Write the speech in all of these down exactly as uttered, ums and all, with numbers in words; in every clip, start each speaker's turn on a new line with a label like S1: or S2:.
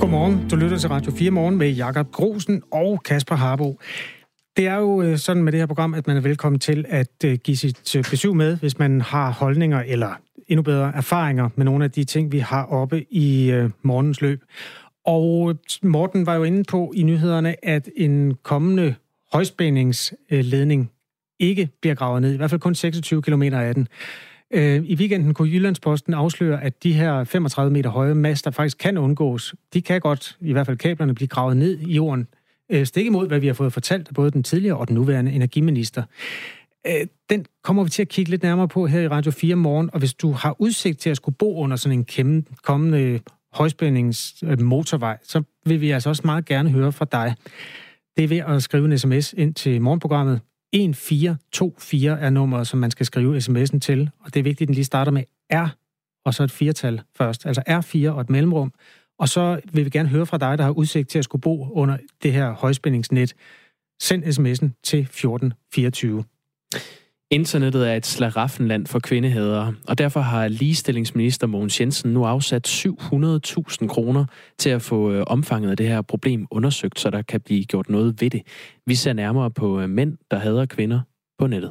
S1: Godmorgen. Du lytter til Radio fire Morgen med Jakob Grosen og Kasper Harbo. Det er jo sådan med det her program, at man er velkommen til at give sit besøg med, hvis man har holdninger eller endnu bedre erfaringer med nogle af de ting, vi har oppe i morgens løb. Og Morten var jo inde på i nyhederne, at en kommende højspændingsledning ikke bliver gravet ned, i hvert fald kun seksogtyve kilometer af den. I weekenden kunne Jyllandsposten afsløre, at de her femogtredive meter høje master faktisk kan undgås. De kan godt, i hvert fald kablerne, blive gravet ned i jorden. Stik imod, hvad vi har fået fortalt af både den tidligere og den nuværende energiminister. Den kommer vi til at kigge lidt nærmere på her i Radio fire Morgen, og hvis du har udsigt til at skulle bo under sådan en kommende højspændingsmotorvej, så vil vi altså også meget gerne høre fra dig. Det er ved at skrive en sms ind til morgenprogrammet. et fire to fire er nummeret, som man skal skrive sms'en til, og det er vigtigt, at den lige starter med R, og så et firetal først, altså R fire og et mellemrum. Og så vil vi gerne høre fra dig, der har udsigt til at skulle bo under det her højspændingsnet. Send sms'en til fjorten fireogtyve.
S2: Internettet er et slaraffenland for kvindehadere, og derfor har ligestillingsminister Mogens Jensen nu afsat syv hundrede tusind kroner til at få omfanget af det her problem undersøgt, så der kan blive gjort noget ved det. Vi ser nærmere på mænd, der hader kvinder på nettet.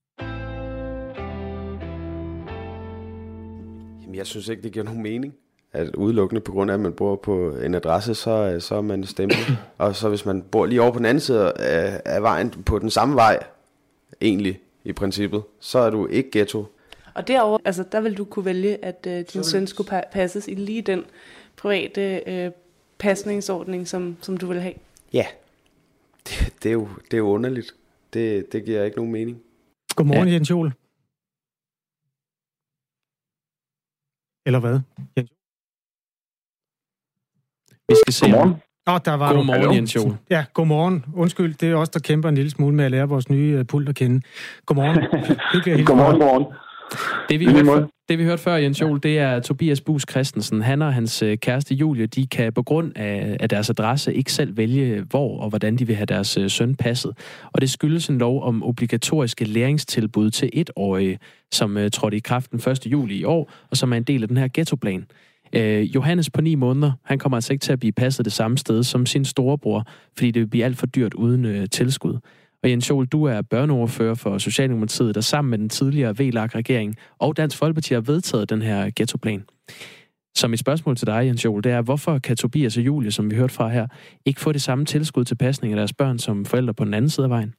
S3: Jamen, jeg synes ikke, det giver nogen mening. At udelukkende på grund af, at man bor på en adresse, så, så er man stemplet. Og så hvis man bor lige over på den anden side af, af vejen, på den samme vej, egentlig, i princippet, så er du ikke ghetto.
S4: Og derover, altså der vil du kunne vælge, at øh, din søn skulle pa- passes i lige den private øh, pasningsordning, som, som du vil have.
S3: Ja, det, det, er, jo, det er jo underligt. Det, det giver ikke nogen mening.
S1: Godmorgen, ja. Jens Joel. Eller hvad? Jens?
S2: Vi skal se.
S5: Godmorgen.
S1: Oh, der var
S2: godmorgen,
S1: du.
S2: Jens Joel.
S1: Ja, godmorgen. Undskyld, det er os, der kæmper en lille smule med at lære vores nye pult at kende. Godmorgen.
S5: Godmorgen, godmorgen.
S2: Det vi, hørte, det vi hørte før, Jens Joel, det er Tobias Buus Christensen. Han og hans kæreste Julie, de kan på grund af, af deres adresse ikke selv vælge, hvor og hvordan de vil have deres søn passet. Og det skyldes en lov om obligatoriske læringstilbud til etårige, som uh, trådte i kraft den første juli i år, og som er en del af den her ghettoplan. Uh, Johannes på ni måneder, han kommer altså ikke til at blive passet det samme sted som sin storebror, fordi det vil blive alt for dyrt uden uh, tilskud. Og Jens Joel, du er børneordfører for Socialdemokratiet, der sammen med den tidligere V L A K-regering og Dansk Folkeparti har vedtaget den her ghettoplan. Så mit spørgsmål til dig, Jens Joel, det er, hvorfor kan Tobias og Julie, som vi hørte fra her, ikke få det samme tilskud til pasning af deres børn som forældre på den anden side af vejen?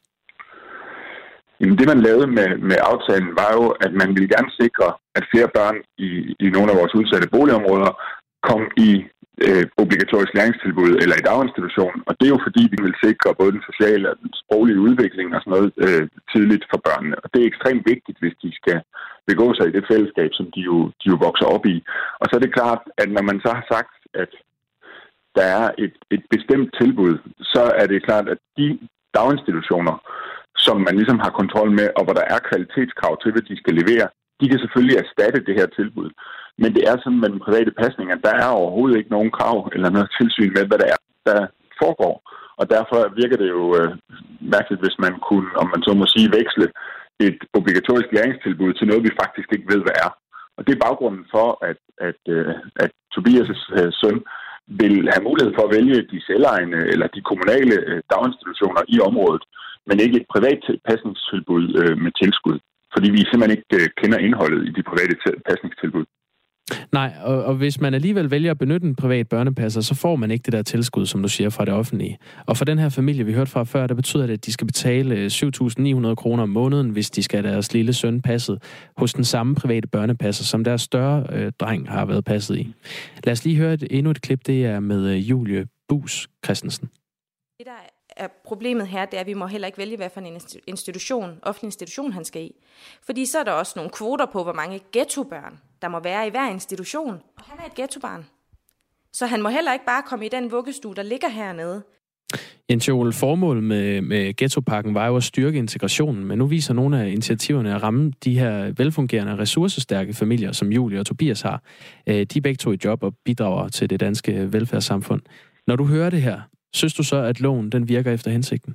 S5: Jamen, det man lavede med, med aftalen var jo, at man ville gerne sikre, at flere børn i, i nogle af vores udsatte boligområder kom i øh, obligatorisk læringstilbud eller i daginstitution. Og det er jo fordi, vi vil sikre både den sociale og den sproglige udvikling og sådan noget øh, tidligt for børnene. Og det er ekstremt vigtigt, hvis de skal begå sig i det fællesskab, som de jo, de jo vokser op i. Og så er det klart, at når man så har sagt, at der er et, et bestemt tilbud, så er det klart, at de daginstitutioner, som man ligesom har kontrol med, og hvor der er kvalitetskrav til, hvad de skal levere, de kan selvfølgelig erstatte det her tilbud. Men det er sådan med den private pasning, at der er overhovedet ikke nogen krav eller noget tilsyn med, hvad der er, der foregår. Og derfor virker det jo øh, mærkeligt, hvis man kunne, om man så må sige, veksle et obligatorisk læringstilbud til noget, vi faktisk ikke ved, hvad er. Og det er baggrunden for, at, at, øh, at Tobias' øh, søn vil have mulighed for at vælge de selvejende eller de kommunale øh, daginstitutioner i området, men ikke et privat pasningstilbud øh, med tilskud, fordi vi simpelthen ikke øh, kender indholdet i de private t- pasningstilbud.
S2: Nej, og, og hvis man alligevel vælger at benytte en privat børnepasser, så får man ikke det der tilskud, som du siger, fra det offentlige. Og for den her familie, vi hørte fra før, der betyder det, at de skal betale syv tusind ni hundrede kroner om måneden, hvis de skal have deres lille søn passet hos den samme private børnepasser, som deres større øh, dreng har været passet i. Lad os lige høre et, endnu et klip, det er med øh, Julie Buus Christensen.
S6: Det der er problemet her, det er, at vi må heller ikke vælge, hvad for en institution, offentlig institution han skal i. Fordi så er der også nogle kvoter på, hvor mange ghettobørn der må være i hver institution. Og han er et ghettobarn. Så han må heller ikke bare komme i den vuggestue, der ligger hernede.
S2: Jens Joel, formålet med, med ghettopakken var jo at styrke integrationen, men nu viser nogle af initiativerne at ramme de her velfungerende og ressourcestærke familier, som Julie og Tobias har. De er begge to i job og bidrager til det danske velfærdssamfund. Når du hører det her, synes du så, at loven den virker efter hensigten?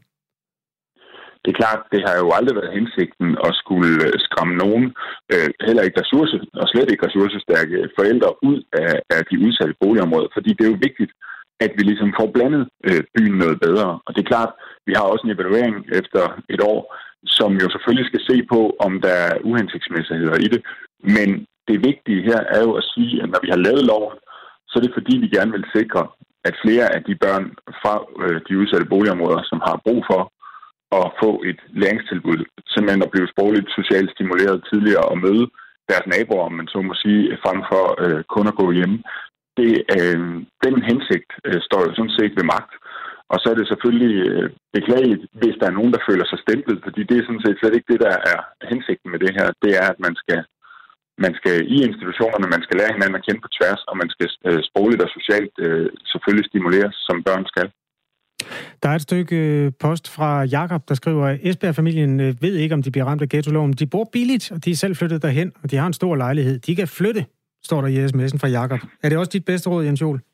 S5: Det er klart, det har jo aldrig været hensigten at skulle skræmme nogen, øh, heller ikke ressource, og slet ikke ressourcestærke forældre ud af, af de udsatte boligområder, fordi det er jo vigtigt, at vi ligesom får blandet øh, byen noget bedre. Og det er klart, vi har også en evaluering efter et år, som jo selvfølgelig skal se på, om der er uhensigtsmæssigheder i det. Men det vigtige her er jo at sige, at når vi har lavet loven, så er det fordi, vi gerne vil sikre, at flere af de børn fra øh, de udsatte boligområder, som har brug for at få et læringstilbud, simpelthen at blive sprogligt socialt stimuleret tidligere og møde deres naboer, om man så må sige, frem for øh, kun at gå hjemme. Det, øh, den hensigt øh, står jo sådan set ved magt. Og så er det selvfølgelig øh, beklageligt, hvis der er nogen, der føler sig stemplet, fordi det er sådan set slet ikke det, der er hensigten med det her. Det er, at man skal, man skal i institutionerne, man skal lære hinanden at kende på tværs, og man skal øh, sprogligt og socialt øh, selvfølgelig stimuleres, som børn skal.
S1: Der er et stykke post fra Jakob, der skriver, at Esbjerg-familien ved ikke, om de bliver ramt af ghettoloven. De bor billigt, og de er selv flyttet derhen, og de har en stor lejlighed. De kan flytte, står der i sms'en fra Jakob. Er det også dit bedste råd, Jens Joel?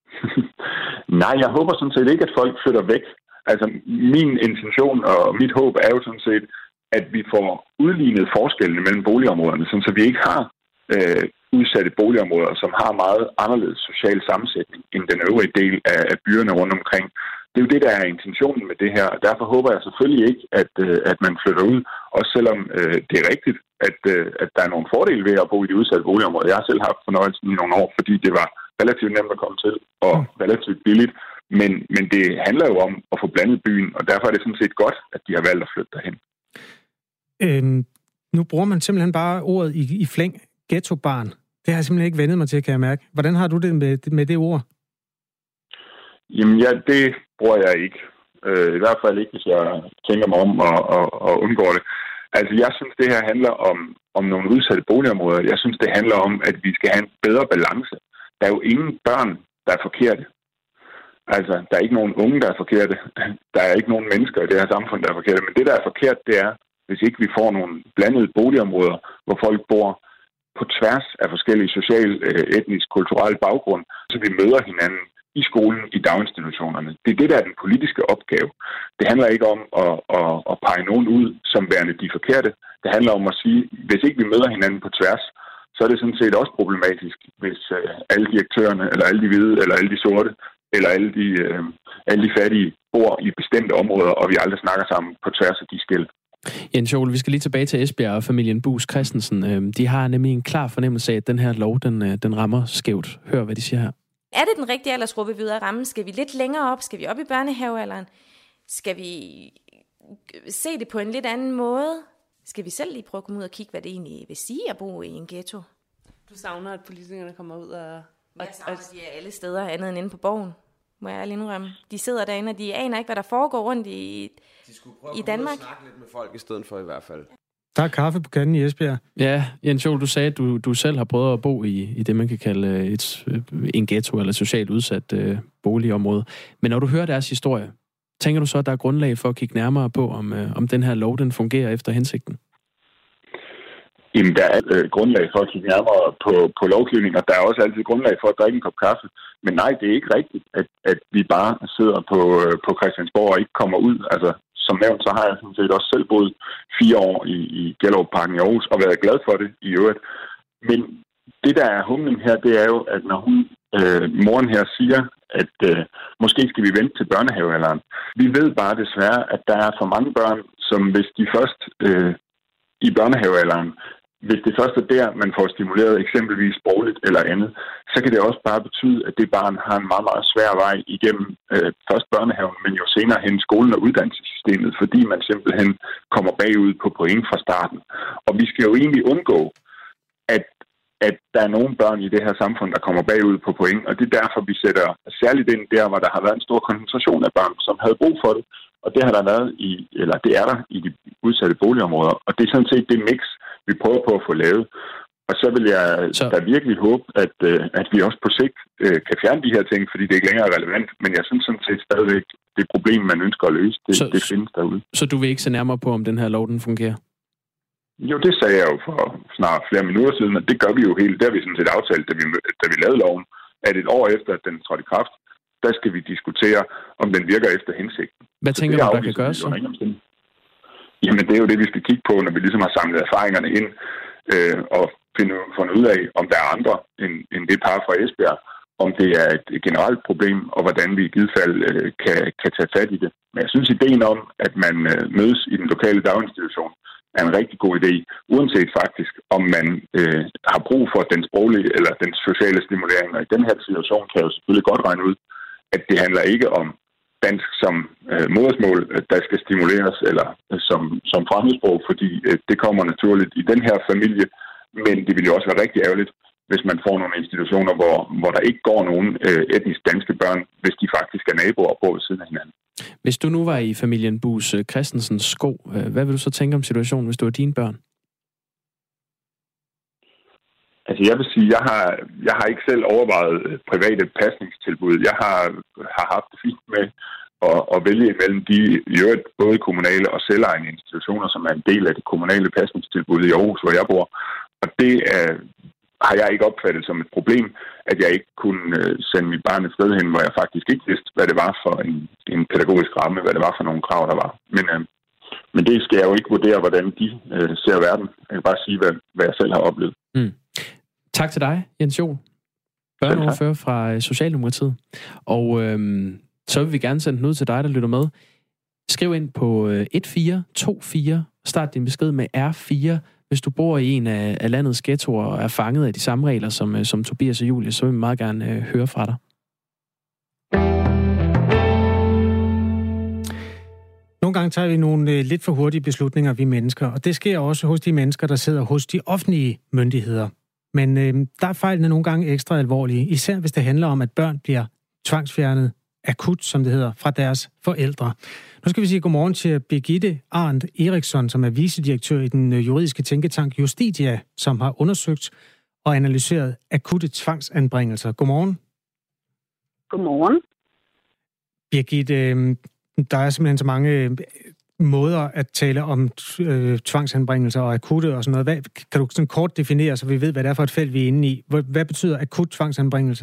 S5: Nej, jeg håber sådan set ikke, at folk flytter væk. Altså, min intention og mit håb er jo sådan set, at vi får udlignet forskellene mellem boligområderne, så vi ikke har øh, udsatte boligområder, som har meget anderledes social sammensætning end den øvrige del af, af byerne rundt omkring. Det er jo det, der er intentionen med det her, og derfor håber jeg selvfølgelig ikke, at, øh, at man flytter ud, også selvom øh, det er rigtigt, at, øh, at der er nogle fordele ved at bo i de udsatte boligområder. Jeg har selv haft fornøjelsen i nogle år, fordi det var relativt nemt at komme til, og relativt billigt, men, men det handler jo om at få blandet byen, og derfor er det sådan set godt, at de har valgt at flytte derhen.
S1: Øhm, nu bruger man simpelthen bare ordet i, i flæng, ghettobarn. Det har jeg simpelthen ikke vendet mig til, kan jeg mærke. Hvordan har du det med, med det ord?
S5: Jamen ja, det bruger jeg ikke. Øh, I hvert fald ikke, hvis jeg tænker mig om og, og, og undgår det. Altså, jeg synes, det her handler om, om nogle udsatte boligområder. Jeg synes, det handler om, at vi skal have en bedre balance. Der er jo ingen børn, der er forkerte. Altså, der er ikke nogen unge, der er forkerte. Der er ikke nogen mennesker i det her samfund, der er forkerte. Men det, der er forkert, det er, hvis ikke vi får nogle blandede boligområder, hvor folk bor på tværs af forskellige social, etnisk, kulturel baggrund, så vi møder hinanden i skolen, i daginstitutionerne. Det er det, der er den politiske opgave. Det handler ikke om at, at, at pege nogen ud som værende de forkerte. Det handler om at sige, hvis ikke vi møder hinanden på tværs, så er det sådan set også problematisk, hvis uh, alle direktørerne, eller alle de hvide, eller alle de sorte, eller alle de, uh, alle de fattige bor i bestemte områder, og vi aldrig snakker sammen på tværs af de skel.
S2: Jens Joel, vi skal lige tilbage til Esbjerg og familien Buus Christensen. De har nemlig en klar fornemmelse af, at den her lov, den, den rammer skævt. Hør, hvad de siger her.
S6: Er det den rigtige aldersgruppe, vi er ude at ramme? Skal vi lidt længere op? Skal vi op i børnehavealderen? Skal vi se det på en lidt anden måde? Skal vi selv lige prøve at komme ud og kigge, hvad det egentlig vil sige at bo i en ghetto?
S4: Du savner, at politikerne kommer ud og...
S6: Jeg savner, at de er alle steder andet end inde på Borgen, må jeg lige indrømme. De sidder derinde, og de aner ikke, hvad der foregår rundt i,
S3: de skulle prøve
S6: i Danmark.
S3: at snakke lidt med folk i stedet for i hvert fald.
S1: Der er kaffe på kanden i Esbjerg.
S2: Ja, Jens Joel, du sagde, at du, du selv har prøvet at bo i, i det, man kan kalde et, en ghetto eller socialt udsat øh, boligområde. Men når du hører deres historie, tænker du så, at der er grundlag for at kigge nærmere på, om, øh, om den her lov, den fungerer efter hensigten?
S5: Jamen, der er øh, grundlag for at kigge nærmere på, på lovgivning, og der er også altid grundlag for at drikke en kop kaffe. Men nej, det er ikke rigtigt, at, at vi bare sidder på, øh, på Christiansborg og ikke kommer ud. Altså, som nævnt, så har jeg sådan set også selv boet fire år i, i Gellerupparken i Aarhus, og været glad for det i øvrigt. Men det, der er humlen her, det er jo, at når hun, øh, moren her siger, at øh, måske skal vi vente til børnehavealderen. Vi ved bare desværre, at der er for mange børn, som hvis de først øh, i børnehavealderen, hvis det først er der, man får stimuleret eksempelvis sprogligt eller andet, så kan det også bare betyde, at det barn har en meget, meget svær vej igennem øh, først børnehaven, men jo senere hen skolen og uddannelsessystemet, fordi man simpelthen kommer bagud på point fra starten. Og vi skal jo egentlig undgå, at, at der er nogle børn i det her samfund, der kommer bagud på point, og det er derfor, vi sætter særligt ind der, hvor der har været en stor koncentration af børn, som havde brug for det, og det har der været i, eller det er der i de udsatte boligområder, og det er sådan set det mix, vi prøver på at få lavet. Og så vil jeg så... da virkelig håbe, at, at vi også på sigt uh, kan fjerne de her ting, fordi det ikke længere er relevant. Men jeg synes sådan set stadigvæk, det problem, man ønsker at løse, det,
S2: så,
S5: det findes derude.
S2: Så du vil ikke se nærmere på, om den her lov, den fungerer?
S5: Jo, det sagde jeg jo for snart flere minutter siden, og det gør vi jo helt. Det har vi sådan set aftalt, da vi, da vi lavede loven, at et år efter, at den trådte i kraft, der skal vi diskutere, om den virker efter hensigten.
S2: Hvad så tænker du, der kan gøres så?
S5: Jamen, det er jo det, vi skal kigge på, når vi ligesom har samlet erfaringerne ind, øh, og finde, fundet ud af, om der er andre end, end det par fra Esbjerg, om det er et generelt problem, og hvordan vi i givet fald øh, kan, kan tage fat i det. Men jeg synes, ideen om, at man øh, mødes i den lokale daginstitution, er en rigtig god idé, uanset faktisk, om man øh, har brug for den sproglige eller den sociale stimulering. Og i den her situation kan jeg jo selvfølgelig godt regne ud, at det handler ikke om dansk som øh, modersmål, der skal stimuleres, eller øh, som, som fremmedsprog, fordi øh, det kommer naturligt i den her familie, men det vil jo også være rigtig ærgerligt, hvis man får nogle institutioner, hvor, hvor der ikke går nogen øh, etnisk danske børn, hvis de faktisk er naboer og bor ved siden af hinanden.
S2: Hvis du nu var i familien Buus Christensens sko, hvad vil du så tænke om situationen, hvis du var dine børn?
S5: Altså jeg vil sige, jeg har, jeg har ikke selv overvejet private pasningstilbud. Jeg har, har haft det fint med at, at vælge imellem de i øvrigt både kommunale og selvejende institutioner, som er en del af det kommunale pasningstilbud i Aarhus, hvor jeg bor. Og det er, har jeg ikke opfattet som et problem, at jeg ikke kunne sende mit barn et sted hen, hvor jeg faktisk ikke vidste, hvad det var for en, en pædagogisk ramme, hvad det var for nogle krav, der var. Men, øh, men det skal jeg jo ikke vurdere, hvordan de øh, ser verden. Jeg kan bare sige, hvad, hvad jeg selv har oplevet.
S2: Mm. Tak til dig, Jens Joel, børneordfører fra Socialdemokratiet. Og øhm, så vil vi gerne sende den ud til dig, der lytter med. Skriv ind på et fire to fire, start din besked med R fire. Hvis du bor i en af, af landets ghettoer og er fanget af de samme regler som, som Tobias og Julie, så vil vi meget gerne øh, høre fra dig.
S1: Nogle gange tager vi nogle øh, lidt for hurtige beslutninger, vi mennesker, og det sker også hos de mennesker, der sidder hos de offentlige myndigheder. Men øh, der er fejlene nogle gange ekstra alvorlige, især hvis det handler om, at børn bliver tvangsfjernet akut, som det hedder, fra deres forældre. Nu skal vi sige godmorgen til Birgitte Arndt Eriksson, som er vicedirektør i den juridiske tænketank Justitia, som har undersøgt og analyseret akutte tvangsanbringelser. Godmorgen.
S7: Godmorgen.
S1: Birgitte, der er simpelthen så mange måder at tale om øh, tvangsanbringelser og akutte og sådan noget. Hvad, kan du sådan kort definere, så vi ved, hvad det er for et felt, vi er inde i? Hvad, hvad betyder akut tvangsanbringelse?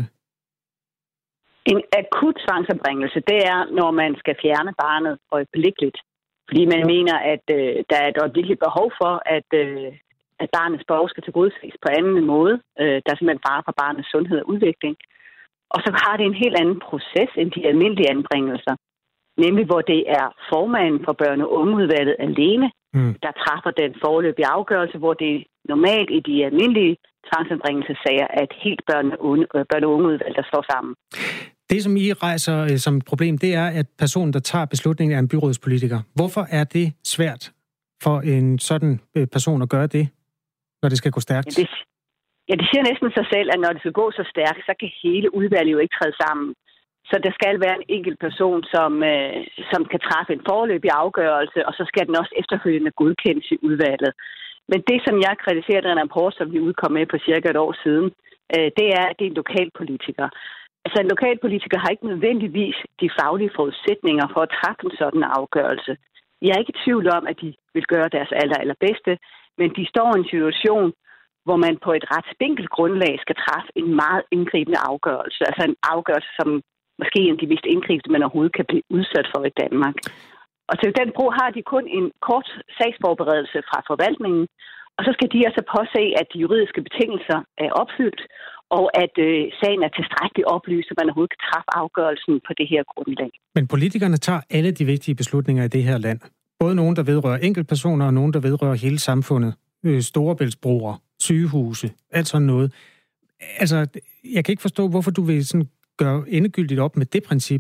S7: En akut tvangsanbringelse, det er, når man skal fjerne barnet øjeblikkeligt. Fordi man mener, at øh, der er et øjeblikkeligt behov for, at, øh, at barnets behov skal tilgodeses på anden måde. Øh, der er simpelthen fare for barnets sundhed og udvikling. Og så har det en helt anden proces end de almindelige anbringelser. Nemlig, hvor det er formanden for børne- og ungeudvalget alene, mm. der træffer den foreløbige afgørelse, hvor det normalt i de almindelige tvangsanbringelsessager er et helt børne- og ungeudvalg, der står sammen.
S1: Det, som I rejser øh, som et problem, det er, at personen, der tager beslutningen, er en byrådspolitiker. Hvorfor er det svært for en sådan øh, person at gøre det, når det skal gå stærkt?
S7: Ja det, ja, det siger næsten sig selv, at når det skal gå så stærkt, så kan hele udvalget jo ikke træde sammen. Så der skal være en enkelt person, som, øh, som kan træffe en foreløbig afgørelse, og så skal den også efterfølgende godkendes i udvalget. Men det, som jeg kritiserer den rapport, som vi udkom med på cirka et år siden, øh, det er, at det er en lokalpolitiker. Altså en lokalpolitiker har ikke nødvendigvis de faglige forudsætninger for at træffe en sådan afgørelse. Jeg er ikke i tvivl om, at de vil gøre deres aller, allerbedste, men de står i en situation, hvor man på et ret spinkelt grundlag skal træffe en meget indgribende afgørelse. Altså en afgørelse, som måske en af de mest indgribende, man overhovedet kan blive udsat for i Danmark. Og til den brug har de kun en kort sagsforberedelse fra forvaltningen, og så skal de altså påse, at de juridiske betingelser er opfyldt, og at øh, sagen er tilstrækkeligt oplyst, så man overhovedet kan træffe afgørelsen på det her grundlag.
S1: Men politikerne tager alle de vigtige beslutninger i det her land. Både nogen, der vedrører enkeltpersoner, og nogen, der vedrører hele samfundet. Øh, Storebæltsbroer, sygehuse, alt sådan noget. Altså, jeg kan ikke forstå, hvorfor du vil sådan gøre endegyldigt op med det princip.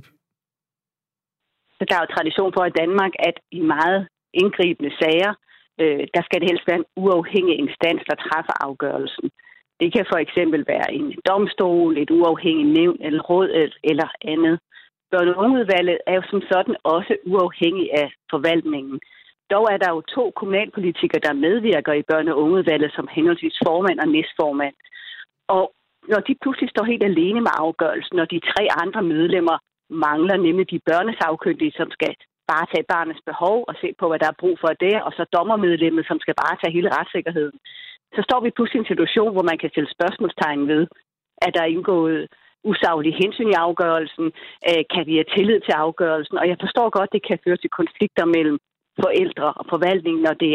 S7: Så der er jo tradition for i Danmark, at i meget indgribende sager, øh, der skal det helst være en uafhængig instans, der træffer afgørelsen. Det kan for eksempel være en domstol, et uafhængigt nævn eller råd eller andet. Børne- og ungeudvalget er jo som sådan også uafhængig af forvaltningen. Dog er der jo to kommunalpolitikere, der medvirker i børne- og ungeudvalget som henholdsvis formand og næstformand. Og når de pludselig står helt alene med afgørelsen, og de tre andre medlemmer mangler, nemlig de børnesagkyndige, som skal bare tage barnets behov og se på, hvad der er brug for det, og så dommermedlemmet, som skal bare tage hele retssikkerheden, så står vi pludselig i en situation, hvor man kan stille spørgsmålstegn ved, at der er indgået usaglige hensyn i afgørelsen, kan vi have tillid til afgørelsen, og jeg forstår godt, det kan føre til konflikter mellem forældre og forvaltning, når det er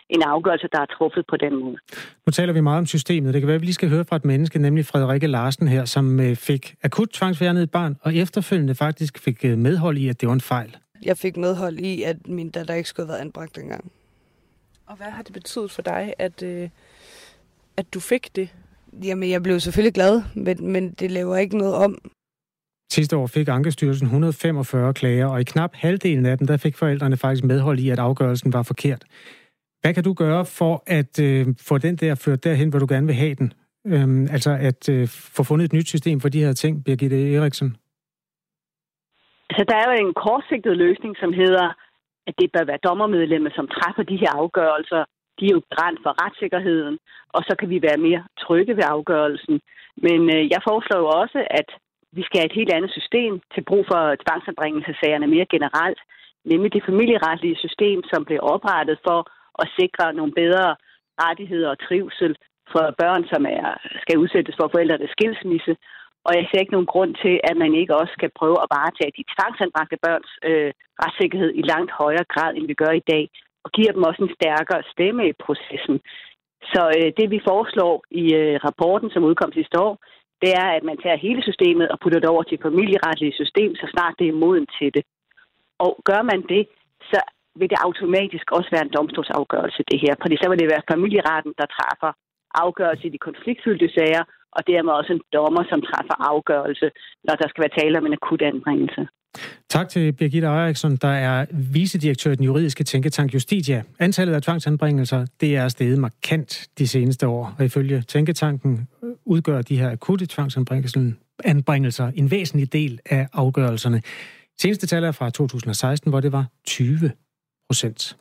S7: en afgørelse, der er truffet på den måde.
S1: Nu taler vi meget om systemet. Det kan være, at vi lige skal høre fra et menneske, nemlig Frederikke Larsen her, som fik akut tvangsfjernet et barn, og efterfølgende faktisk fik medhold i, at det var en fejl.
S8: Jeg fik medhold i, at min datter ikke skulle have været anbragt dengang.
S4: Og hvad har det betydet for dig, at, øh, at du fik det?
S8: Jamen, jeg blev selvfølgelig glad, men, men det laver ikke noget om.
S1: Sidste år fik Ankestyrelsen et hundrede og femogfyrre klager, og i knap halvdelen af dem, der fik forældrene faktisk medhold i, at afgørelsen var forkert. Hvad kan du gøre for at øh, få den der ført derhen, hvor du gerne vil have den? Øhm, altså at øh, få fundet et nyt system for de her ting, Birgitte Eriksen?
S7: Altså, der er jo en kortsigtet løsning, som hedder, at det bør være dommermedlemmer, som træffer de her afgørelser. De er jo garant for retssikkerheden, og så kan vi være mere trygge ved afgørelsen. Men øh, jeg foreslår jo også, at vi skal have et helt andet system til brug for tvangsanbringelsessagerne mere generelt, nemlig det familieretlige system, som blev oprettet for at sikre nogle bedre rettigheder og trivsel for børn, som er, skal udsættes for forældrenes skilsmisse. Og jeg ser ikke nogen grund til, at man ikke også skal prøve at varetage de tvangsanbragte børns øh, retssikkerhed i langt højere grad, end vi gør i dag, og giver dem også en stærkere stemme i processen. Så øh, det, vi foreslår i øh, rapporten, som udkom sidste år, det er, at man tager hele systemet og putter det over til familieretlige system, så snart det er moden til det. Og gør man det, så vil det automatisk også være en domstolsafgørelse, det her. Fordi så vil det være familieretten, der træffer afgørelse i de konfliktfyldte sager, og dermed også en dommer, som træffer afgørelse, når der skal være tale om en akut anbringelse.
S1: Tak til Birgitte Eriksen, der er vicedirektør i den juridiske tænketank Justitia. Antallet af tvangsanbringelser, det er steget markant de seneste år, og ifølge tænketanken udgør de her akutte tvangsanbringelser en væsentlig del af afgørelserne. Seneste tal er fra to tusind og seksten, hvor det var tyve procent.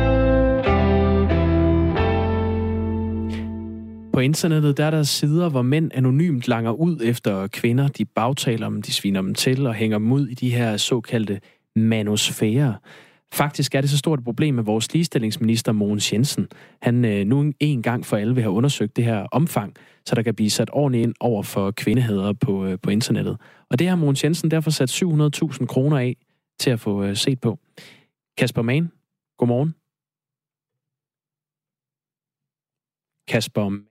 S2: På internettet der er der sider, hvor mænd anonymt langer ud efter kvinder. De bagtaler dem, de sviner dem til og hænger dem ud i de her såkaldte manosfærer. Faktisk er det så stort et problem med vores ligestillingsminister Mogens Jensen. Han øh, nu en gang for alle vil have undersøgt det her omfang, så der kan blive sat ordentligt ind over for kvindehader på, øh, på internettet. Og det har Mogens Jensen derfor sat syv hundrede tusind kroner af til at få øh, set på. Kasper Mann, godmorgen. Kasper,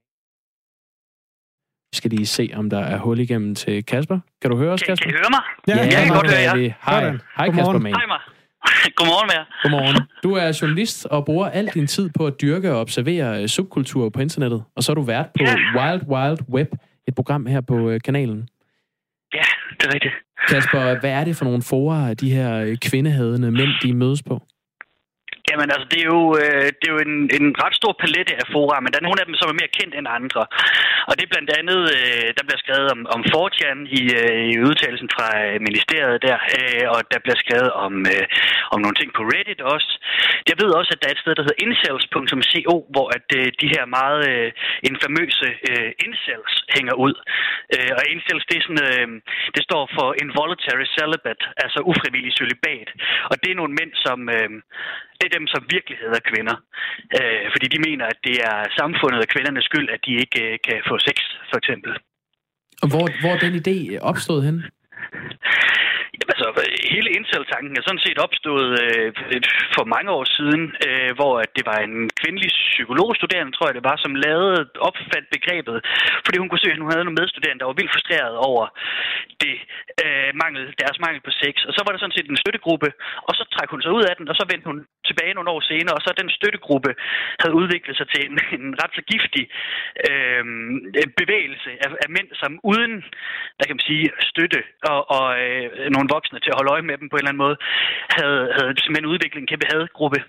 S2: vi skal lige se, om der er hul igennem til Kasper. Kan du høre os, Kasper?
S9: Kan I høre mig?
S1: Ja,
S9: ja, jeg kan godt høre jer.
S2: Hej, hej Kasper Mann.
S9: Hej mig. Godmorgen med jer.
S2: Godmorgen. Du er journalist og bruger al din tid på at dyrke og observere subkulturer på internettet. Og så er du vært på ja. Wild Wild Web, et program her på kanalen.
S9: Ja, det er rigtigt.
S2: Kasper, hvad er det for nogle fora, de her kvindehadende mænd, de mødes på?
S9: Jamen altså, det er jo, øh, det er jo en, en ret stor palette af fora, men der er nogle af dem, som er mere kendt end andre. Og det er blandt andet, øh, der bliver skrevet om, om four chan i, øh, i udtalelsen fra ministeriet der, øh, og der bliver skrevet om, øh, om nogle ting på Reddit også. Jeg ved også, at der er et sted, der hedder incels punktum co, hvor at, øh, de her meget øh, infamøse øh, incels hænger ud. Øh, og incels, det er sådan, øh, det står for involuntary celibate, altså ufrivillig cølibat. Og det er nogle mænd, som... Øh, det er dem, som virkelig hedder kvinder. Øh, fordi de mener, at det er samfundet og kvindernes skyld, at de ikke øh, kan få sex, for eksempel.
S2: Og hvor, hvor er den idé opstået hen?
S9: Jamen, altså, hele incel-tanken er sådan set opstået øh, for mange år siden, øh, hvor at det var en kvindelig psykologstuderende, tror jeg det var, som lavede opfandt begrebet, fordi hun kunne se, at hun havde nogle medstuderende, der var vildt frustreret over det, øh, mangel, deres mangel på sex. Og så var der sådan set en støttegruppe, og så trak hun sig ud af den, og så vendte hun tilbage nogle år senere, og så den støttegruppe havde udviklet sig til en, en ret så giftig øh, bevægelse af, af mænd, som uden, der kan man sige, støtte og, og øh, nogle voksne til at holde øje med dem på en eller anden måde, havde, havde simpelthen udviklet en kæmpe hadgruppe.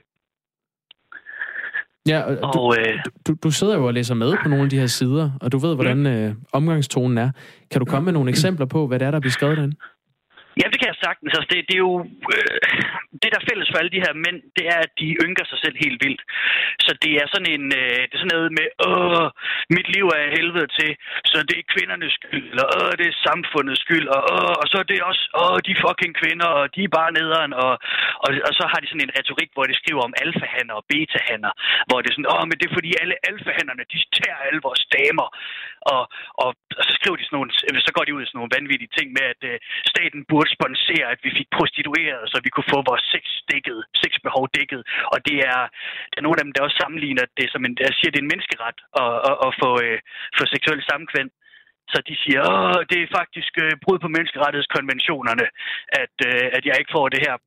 S2: Ja, og du, og, øh, du, du sidder jo og læser med på nogle af de her sider, og du ved, hvordan øh, omgangstonen er. Kan du komme med nogle eksempler på, hvad det er, der bliver skrevet derinde?
S9: Ja, det kan jeg sagtens. Altså, det, det er jo... Øh, det, der er fælles for alle de her mænd, det er, at de ynker sig selv helt vildt. Så det er sådan en... Øh, det er sådan noget med, åh, mit liv er helvede til, så det er kvindernes skyld, eller åh, det er samfundets skyld, og, åh, og så er det også, åh, de fucking kvinder, og de er bare nederen, og, og, og så har de sådan en retorik, hvor de skriver om alfahanner og betahanner, hvor det er sådan, åh, men det er fordi alle alfahannerne, de tager alle vores damer, og, og, og så skriver de sådan nogle... Så går de ud i sådan nogle vanvittige ting med, at øh, staten burde sponsere, at vi fik prostitueret, så vi kunne få vores sex dækket, sexbehov dækket. Og det er, der er nogle af dem, der også sammenligner det som en, jeg siger, det er en menneskeret at, at, at få, øh, få seksuel sammenkvæm. Så de siger, åh, det er faktisk øh, brud på menneskerettighedskonventionerne, at, øh, at jeg ikke får det her.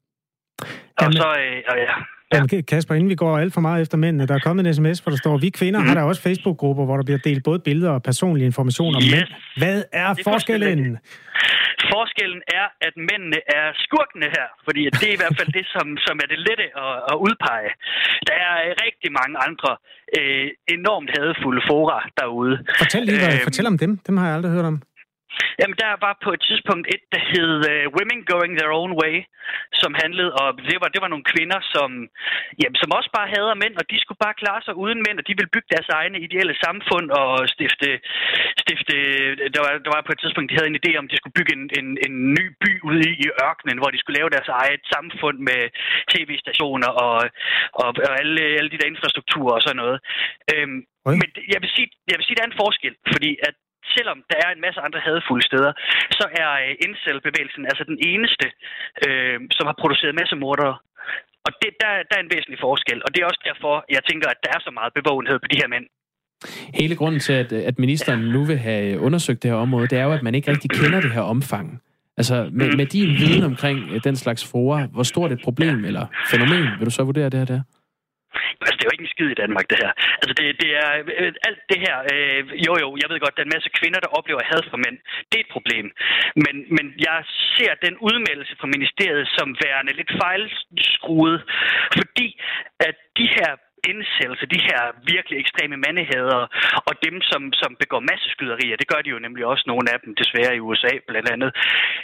S9: Og
S1: Jamen,
S9: så, øh, og ja...
S1: Jamen, Kasper, inden vi går alt for meget efter mændene, der er kommet en sms, hvor der står, vi kvinder mm. har der også Facebook-grupper, hvor der bliver delt både billeder og personlige informationer om yes. mænd. Hvad er forskellen?
S9: Forskellen er, at mændene er skurkene her, fordi det er i hvert fald det, som, som er det lette at, at udpege. Der er rigtig mange andre øh, enormt hadefulde fora derude.
S1: Fortæl lige, øh, fortæl om dem. Dem har jeg aldrig hørt om.
S9: Jamen, der var på et tidspunkt et, der hed uh, Women Going Their Own Way, som handlede om, det var, det var nogle kvinder, som, jamen, som også bare hader mænd, og de skulle bare klare sig uden mænd, og de ville bygge deres egne ideelle samfund og stifte, stifte der, var, der var på et tidspunkt, de havde en idé om, de skulle bygge en, en, en ny by ude i, i ørkenen, hvor de skulle lave deres eget samfund med tv-stationer og, og, og alle, alle de der infrastrukturer og sådan noget. Øhm, men jeg vil, sige, jeg vil sige, der er en forskel, fordi at selvom der er en masse andre hadefulde steder, så er uh, incel-bevægelsen altså den eneste, øh, som har produceret massemordere. Og det, der, der er en væsentlig forskel, og det er også derfor, jeg tænker, at der er så meget bevågenhed på de her mænd.
S2: Hele grunden til, at, at ministeren nu vil have undersøgt det her område, det er jo, at man ikke rigtig kender det her omfang. Altså, med, mm. med din viden omkring den slags fora, hvor stort et problem eller fænomen vil du så vurdere det her der?
S9: Altså, det er jo ikke en skid i Danmark, det her. Altså, det, det er øh, alt det her. Øh, jo, jo, jeg ved godt, der er en masse kvinder, der oplever had for mænd. Det er et problem. Men, men jeg ser den udmeldelse fra ministeriet som værende lidt fejlskruet, fordi at de her indsættelse, de her virkelig ekstreme mandehader, og dem, som, som begår masseskyderier, det gør de jo nemlig også, nogle af dem, desværre i U S A blandt andet,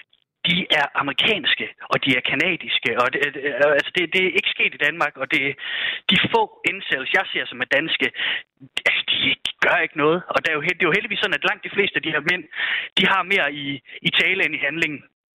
S9: de er amerikanske, og de er kanadiske, og det, altså det, det er ikke sket i Danmark, og det, de få indsættelser, jeg ser som er danske, de, de gør ikke noget, og det er, jo, det er jo heldigvis sådan, at langt de fleste af de her mænd, de har mere i, i tale end i handling.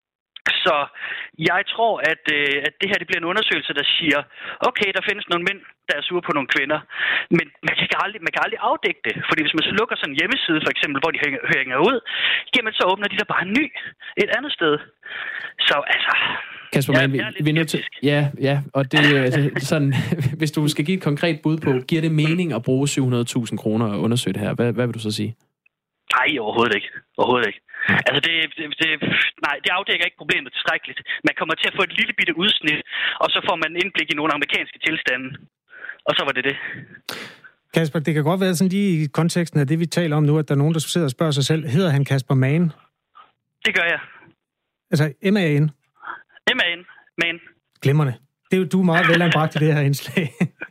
S9: Så jeg tror, at, øh, at det her det bliver en undersøgelse, der siger, okay, der findes nogle mænd, der er sure på nogle kvinder, men man kan aldrig, man kan aldrig afdække det, fordi hvis man så lukker sådan en hjemmeside, for eksempel, hvor de hænger, hænger ud, jamen så åbner de der bare en ny et andet sted. Så altså...
S2: Kasper, ja, man, vi, vi er nødt til, ja, ja, og det altså, sådan, hvis du skal give et konkret bud på, giver det mening at bruge syv hundrede tusind kroner og undersøge det her? Hvad, hvad vil du så sige?
S9: Nej, overhovedet ikke. Overhovedet ikke. Altså, det, det, det, nej, det afdækker ikke problemet tilstrækkeligt. Man kommer til at få et lille bitte udsnit, og så får man indblik i nogle amerikanske tilstande. Og så var det det.
S1: Kasper, det kan godt være sådan lige i konteksten af det, vi taler om nu, at der er nogen, der sidder og spørger sig selv, hedder han Kasper Mann?
S9: Det gør jeg.
S1: Altså M A N?
S9: M A N. Man.
S1: Glimrende. Det er jo, du er meget velanbragt i det her indslag.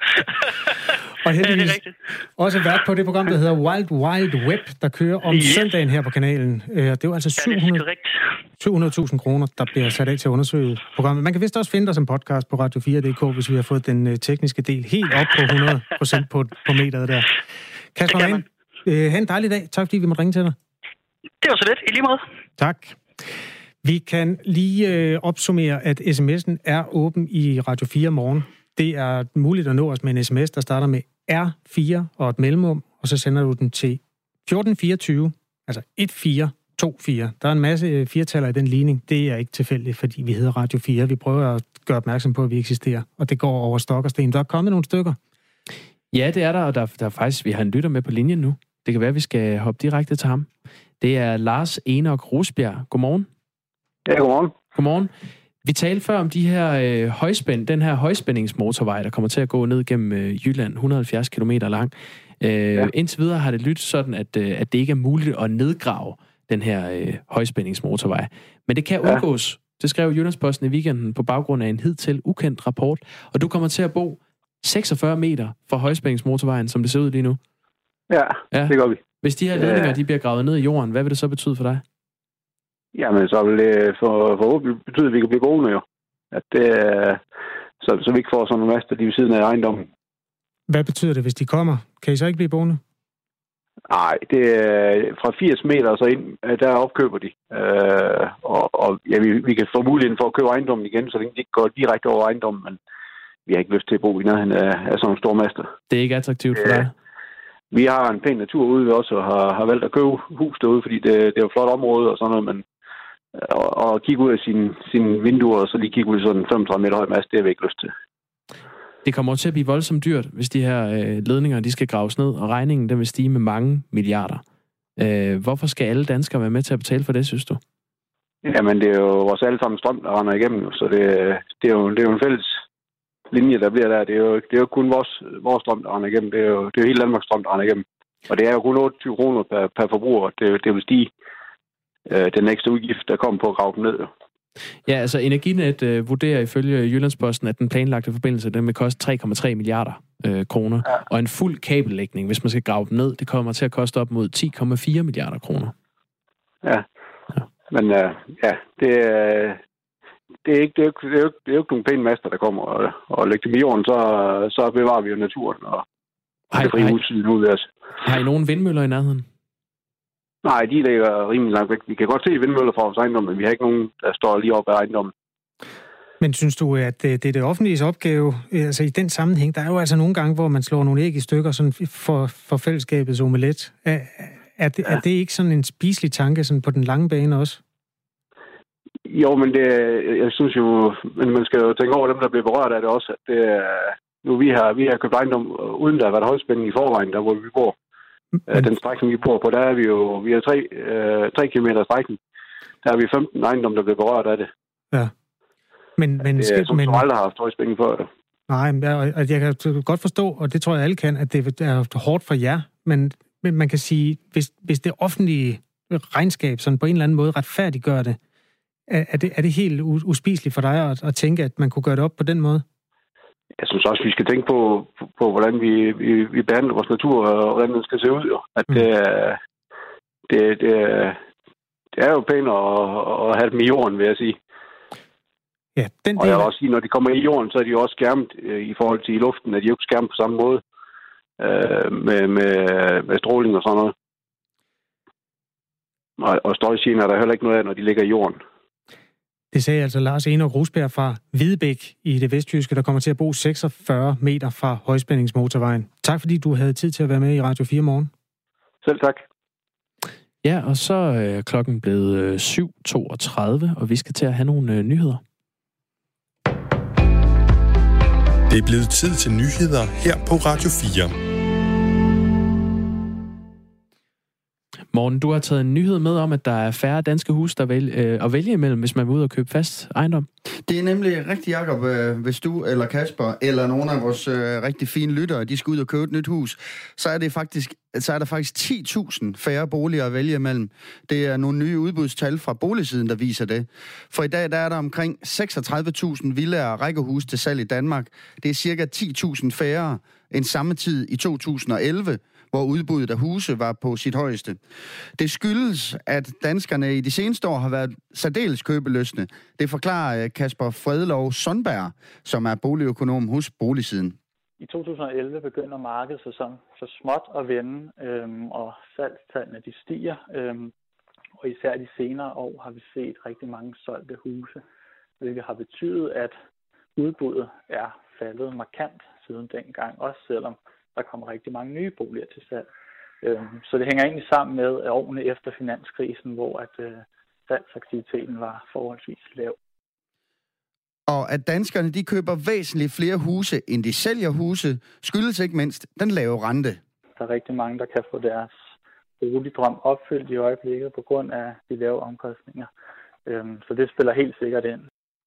S1: Og heldigvis ja, også vært på det program, der hedder Wild Wild Web, der kører om yes. søndagen her på kanalen. Det er jo altså syv hundrede tusind kroner, der bliver sat af til at undersøge programmet. Man kan vist også finde dig som podcast på radio fire punktum d k, hvis vi har fået den tekniske del helt op på hundrede procent på, på meteret der. Kasper Mann, øh, have en dejlig dag. Tak fordi vi måtte ringe til dig.
S9: Det var så lidt. I lige måde.
S1: Tak. Vi kan lige øh, opsummere, at sms'en er åben i Radio fire morgen. Det er muligt at nå os med en sms, der starter med R fire og et mellemrum, og så sender du den til fjorten fireogtyve, altså et fire to fire. Der er en masse firetaller i den ligning. Det er ikke tilfældigt, fordi vi hedder Radio fire. Vi prøver at gøre opmærksom på, at vi eksisterer, og det går over stok og sten. Der er kommet nogle stykker. Ja, det er der, og der, der er faktisk, vi har en lytter med på linjen nu. Det kan være, at vi skal hoppe direkte til ham. Det er Lars Enok Rosbjerg. Godmorgen.
S10: Ja, godmorgen.
S2: Godmorgen. Vi talte før om de her øh, højspænd, den her højspændingsmotorvej, der kommer til at gå ned gennem øh, Jylland, et hundrede og halvfjerds kilometer lang. Øh, ja. Indtil videre har det lyttet sådan, at, øh, at det ikke er muligt at nedgrave den her øh, højspændingsmotorvej. Men det kan undgås. Ja. Det skrev Jyllandsposten i weekenden på baggrund af en hidtil ukendt rapport. Og du kommer til at bo seksogfyrre meter fra højspændingsmotorvejen, som det ser ud lige nu.
S10: Ja, ja. Det gør vi.
S2: Hvis de her ledninger de bliver gravet ned i jorden, hvad vil det så betyde for dig?
S10: Jamen, så vil det for, forhåbentlig betyde, at vi kan blive boende jo. At det, så, så vi ikke får sådan en masse lige ved siden af ejendommen.
S1: Hvad betyder det, hvis de kommer? Kan I så ikke blive boende?
S10: Nej, det er fra firs meter og så ind, der opkøber de. Øh, og og ja, vi, vi kan få muligheden for at købe ejendommen igen, så det ikke går direkte over ejendommen, men vi har ikke lyst til at bo i nærheden af, af sådan nogle store master.
S2: Det er ikke attraktivt for dig?
S10: Vi har en pæn natur ude ved os, og har, har valgt at købe hus derude, fordi det, det er jo et flot område og sådan noget, men og, og kigge ud af sine, sine vinduer, og så lige kigge ud i sådan en femogtredive meter høj mast, det har vi ikke lyst til.
S2: Det kommer til at blive voldsomt dyrt, hvis de her øh, ledninger de skal graves ned, og regningen den vil stige med mange milliarder. Øh, hvorfor skal alle danskere være med til at betale for det, synes du?
S10: Jamen, det er jo vores alle sammen strøm, der render igennem, så det, det, er jo, det er jo en fælles linje, der bliver der. Det er jo, det er jo kun vores, vores strøm, der render igennem. Det er jo, det er jo hele Danmarks strøm, der render igennem. Og det er jo kun otteogtyve kroner per, per forbruger. Det, det vil stige øh, den næste udgift, der kommer på at grave dem ned.
S2: Ja, altså Energinet øh, vurderer ifølge Jyllandsposten, at den planlagte forbindelse den vil koste tre komma tre milliarder øh, kroner. Ja. Og en fuld kabellægning, hvis man skal grave dem ned, det kommer til at koste op mod ti komma fire milliarder kroner.
S10: Ja, ja. Men øh, ja, det, øh, det, er ikke, det, er jo, det, er jo, det er jo ikke nogle pæne master, der kommer og, og lægger dem i jorden, så, så bevarer vi jo naturen og
S2: hej,
S10: det frie udsyn ud af os.
S2: Har I nogen vindmøller i nærheden?
S10: Nej, de ligger rimelig langt væk. Vi kan godt se vindmøller fra vores ejendom, men vi har ikke nogen, der står lige oppe af ejendommen.
S1: Men synes du, at det er det offentliges opgave, altså i den sammenhæng, der er jo altså nogle gange, hvor man slår nogle æg i stykker sådan for, for fællesskabets omelet. Er, er, det, ja. er det ikke sådan en spiselig tanke sådan på den lange bane også?
S10: Jo, men det, jeg synes jo, men man skal jo tænke over dem, der bliver berørt af det også. At det, nu vi har, vi har købt ejendom, uden der har været højspænding i forvejen, der hvor vi bor. Men den strækning, vi bor på, der er vi jo, vi har tre, øh, tre kilometer strækning. Der har vi femten ejendom, der bliver berørt af det.
S1: Ja. Men, men,
S10: det er, som men, aldrig har haft højspænding før det.
S1: Nej, jeg, jeg kan godt forstå, og det tror jeg alle kan, at det er hårdt for jer. Men, men man kan sige, hvis, hvis det offentlige regnskab sådan på en eller anden måde retfærdiggør det, er, er det, er det helt uspiseligt for dig at, at tænke, at man kunne gøre det op på den måde?
S10: Jeg synes også, vi skal tænke på, på, på hvordan vi, vi, vi behandler vores natur, og hvordan den skal se ud. Jo. At det, mm. det, det, det er jo pænt at, at have dem i jorden, vil jeg sige.
S1: Ja, den
S10: og jeg vil også sige, når de kommer i jorden, så er de jo også skærmet øh, i forhold til i luften, at de jo ikke skærmet på samme måde øh, med, med, med stråling og sådan noget. Og, og støjgener er der heller ikke noget af, når de ligger i jorden.
S1: Det sagde altså Lars Enok Rosberg fra Hvidebæk i det vestjyske, der kommer til at bo seksogfyrre meter fra højspændingsmotorvejen. Tak fordi du havde tid til at være med i Radio fire Morgen.
S10: Selv tak.
S2: Ja, og så er klokken blevet syv toogtredive, og vi skal til at have nogle øh, nyheder.
S11: Det er blevet tid til nyheder her på Radio fire.
S2: Morten, du har taget en nyhed med om, at der er færre danske huse der vælge, øh, at vælge imellem, hvis man vil ud og købe fast ejendom.
S12: Det er nemlig rigtigt, Jacob. Hvis du eller Kasper eller nogle af vores øh, rigtig fine lyttere, de skal ud og købe et nyt hus, så er, det faktisk, så er der faktisk ti tusind færre boliger at vælge imellem. Det er nogle nye udbudstal fra boligsiden, der viser det. For i dag der er der omkring seksogtredive tusind villaer og rækkehuse til salg i Danmark. Det er cirka ti tusind færre end samme tid i to tusind og elleve, hvor udbuddet af huse var på sit højeste. Det skyldes, at danskerne i de seneste år har været særdeles købelystne. Det forklarer Kasper Fredlov Sundberg, som er boligøkonom hos Boligsiden.
S13: I to tusind og elleve begynder markedet så, så småt at vende, øhm, og salgstallene de stiger. Øhm, og især de senere år har vi set rigtig mange solgte huse, hvilket har betydet, at udbuddet er faldet markant siden dengang, også selvom der kommer rigtig mange nye boliger til salg. Så det hænger egentlig sammen med årene efter finanskrisen, hvor at salgsaktiviteten var forholdsvis lav.
S12: Og at danskerne de køber væsentligt flere huse, end de sælger huse, skyldes ikke mindst den lave rente.
S13: Der er rigtig mange, der kan få deres boligdrøm opfyldt i øjeblikket på grund af de lave omkostninger. Så det spiller helt sikkert ind.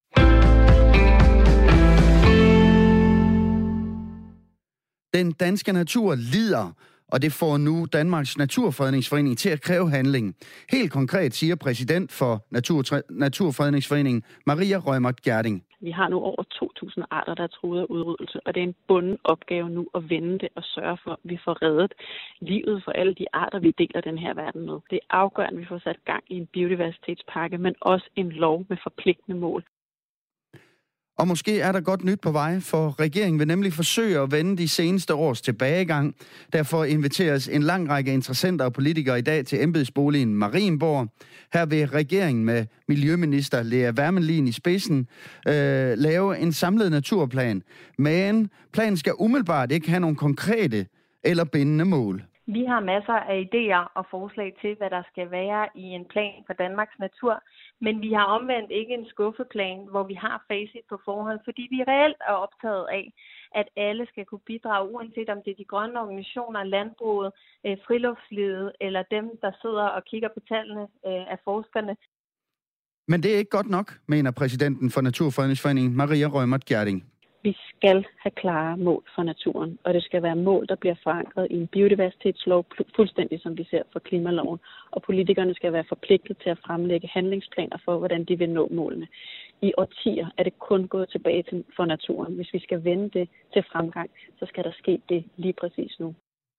S12: Den danske natur lider, og det får nu Danmarks Naturfredningsforening til at kræve handling. Helt konkret siger præsident for Natur- Naturfredningsforeningen, Maria Rømert Gjerding.
S14: Vi har nu over to tusind arter, der er truet af udryddelse, og det er en bunden opgave nu at vende det og sørge for, at vi får reddet livet for alle de arter, vi deler den her verden med. Det er afgørende, at vi får sat gang i en biodiversitetspakke, men også en lov med forpligtende mål.
S12: Og måske er der godt nyt på vej, for regeringen vil nemlig forsøge at vende de seneste års tilbagegang. Derfor inviteres en lang række interessenter og politikere i dag til embedsboligen Marienborg. Her vil regeringen med miljøminister Lea Wermelin i spidsen øh, lave en samlet naturplan. Men planen skal umiddelbart ikke have nogle konkrete eller bindende mål.
S15: Vi har masser af idéer og forslag til, hvad der skal være i en plan for Danmarks natur, men vi har omvendt ikke en skuffeplan, hvor vi har facit på forhånd, fordi vi reelt er optaget af, at alle skal kunne bidrage, uanset om det er de grønne organisationer, landbruget, friluftslivet eller dem, der sidder og kigger på tallene af forskerne.
S12: Men det er ikke godt nok, mener præsidenten for Naturfredningsforeningen, Maria Reumert Gjerding.
S14: Vi skal have klare mål for naturen, og det skal være mål, der bliver forankret i en biodiversitetslov, fuldstændig som vi ser for klimaloven. Og politikerne skal være forpligtet til at fremlægge handlingsplaner for, hvordan de vil nå målene. I årtier er det kun gået tilbage til for naturen. Hvis vi skal vende det til fremgang, så skal der ske det lige præcis nu.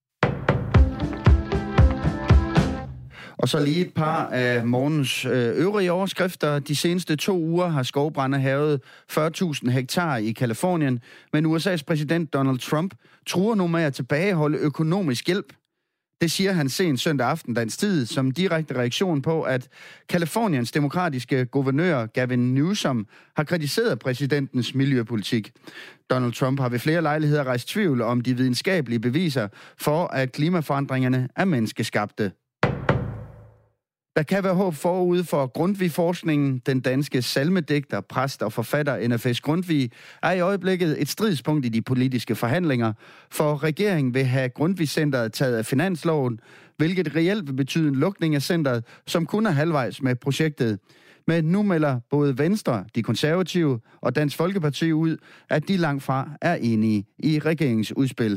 S12: Og så lige et par af morgens øvrige overskrifter. De seneste to uger har skovbrande hærget fyrre tusind hektar i Kalifornien, men U S A's præsident Donald Trump truer nu med at tilbageholde økonomisk hjælp. Det siger han sent søndag aften dansk tid som direkte reaktion på, at Kaliforniens demokratiske guvernør Gavin Newsom har kritiseret præsidentens miljøpolitik. Donald Trump har ved flere lejligheder rejst tvivl om de videnskabelige beviser for, at klimaforandringerne er menneskeskabte. Der kan være håb forude for Grundtvig-forskningen. Den danske salmedigter, præst og forfatter N F S Grundtvig er i øjeblikket et stridspunkt i de politiske forhandlinger, for regeringen vil have Grundtvig-centeret taget af finansloven, hvilket reelt vil betyde en lukning af centeret, som kun er halvvejs med projektet. Men nu melder både Venstre, de konservative og Dansk Folkeparti ud, at de langt fra er enige i regeringens udspil.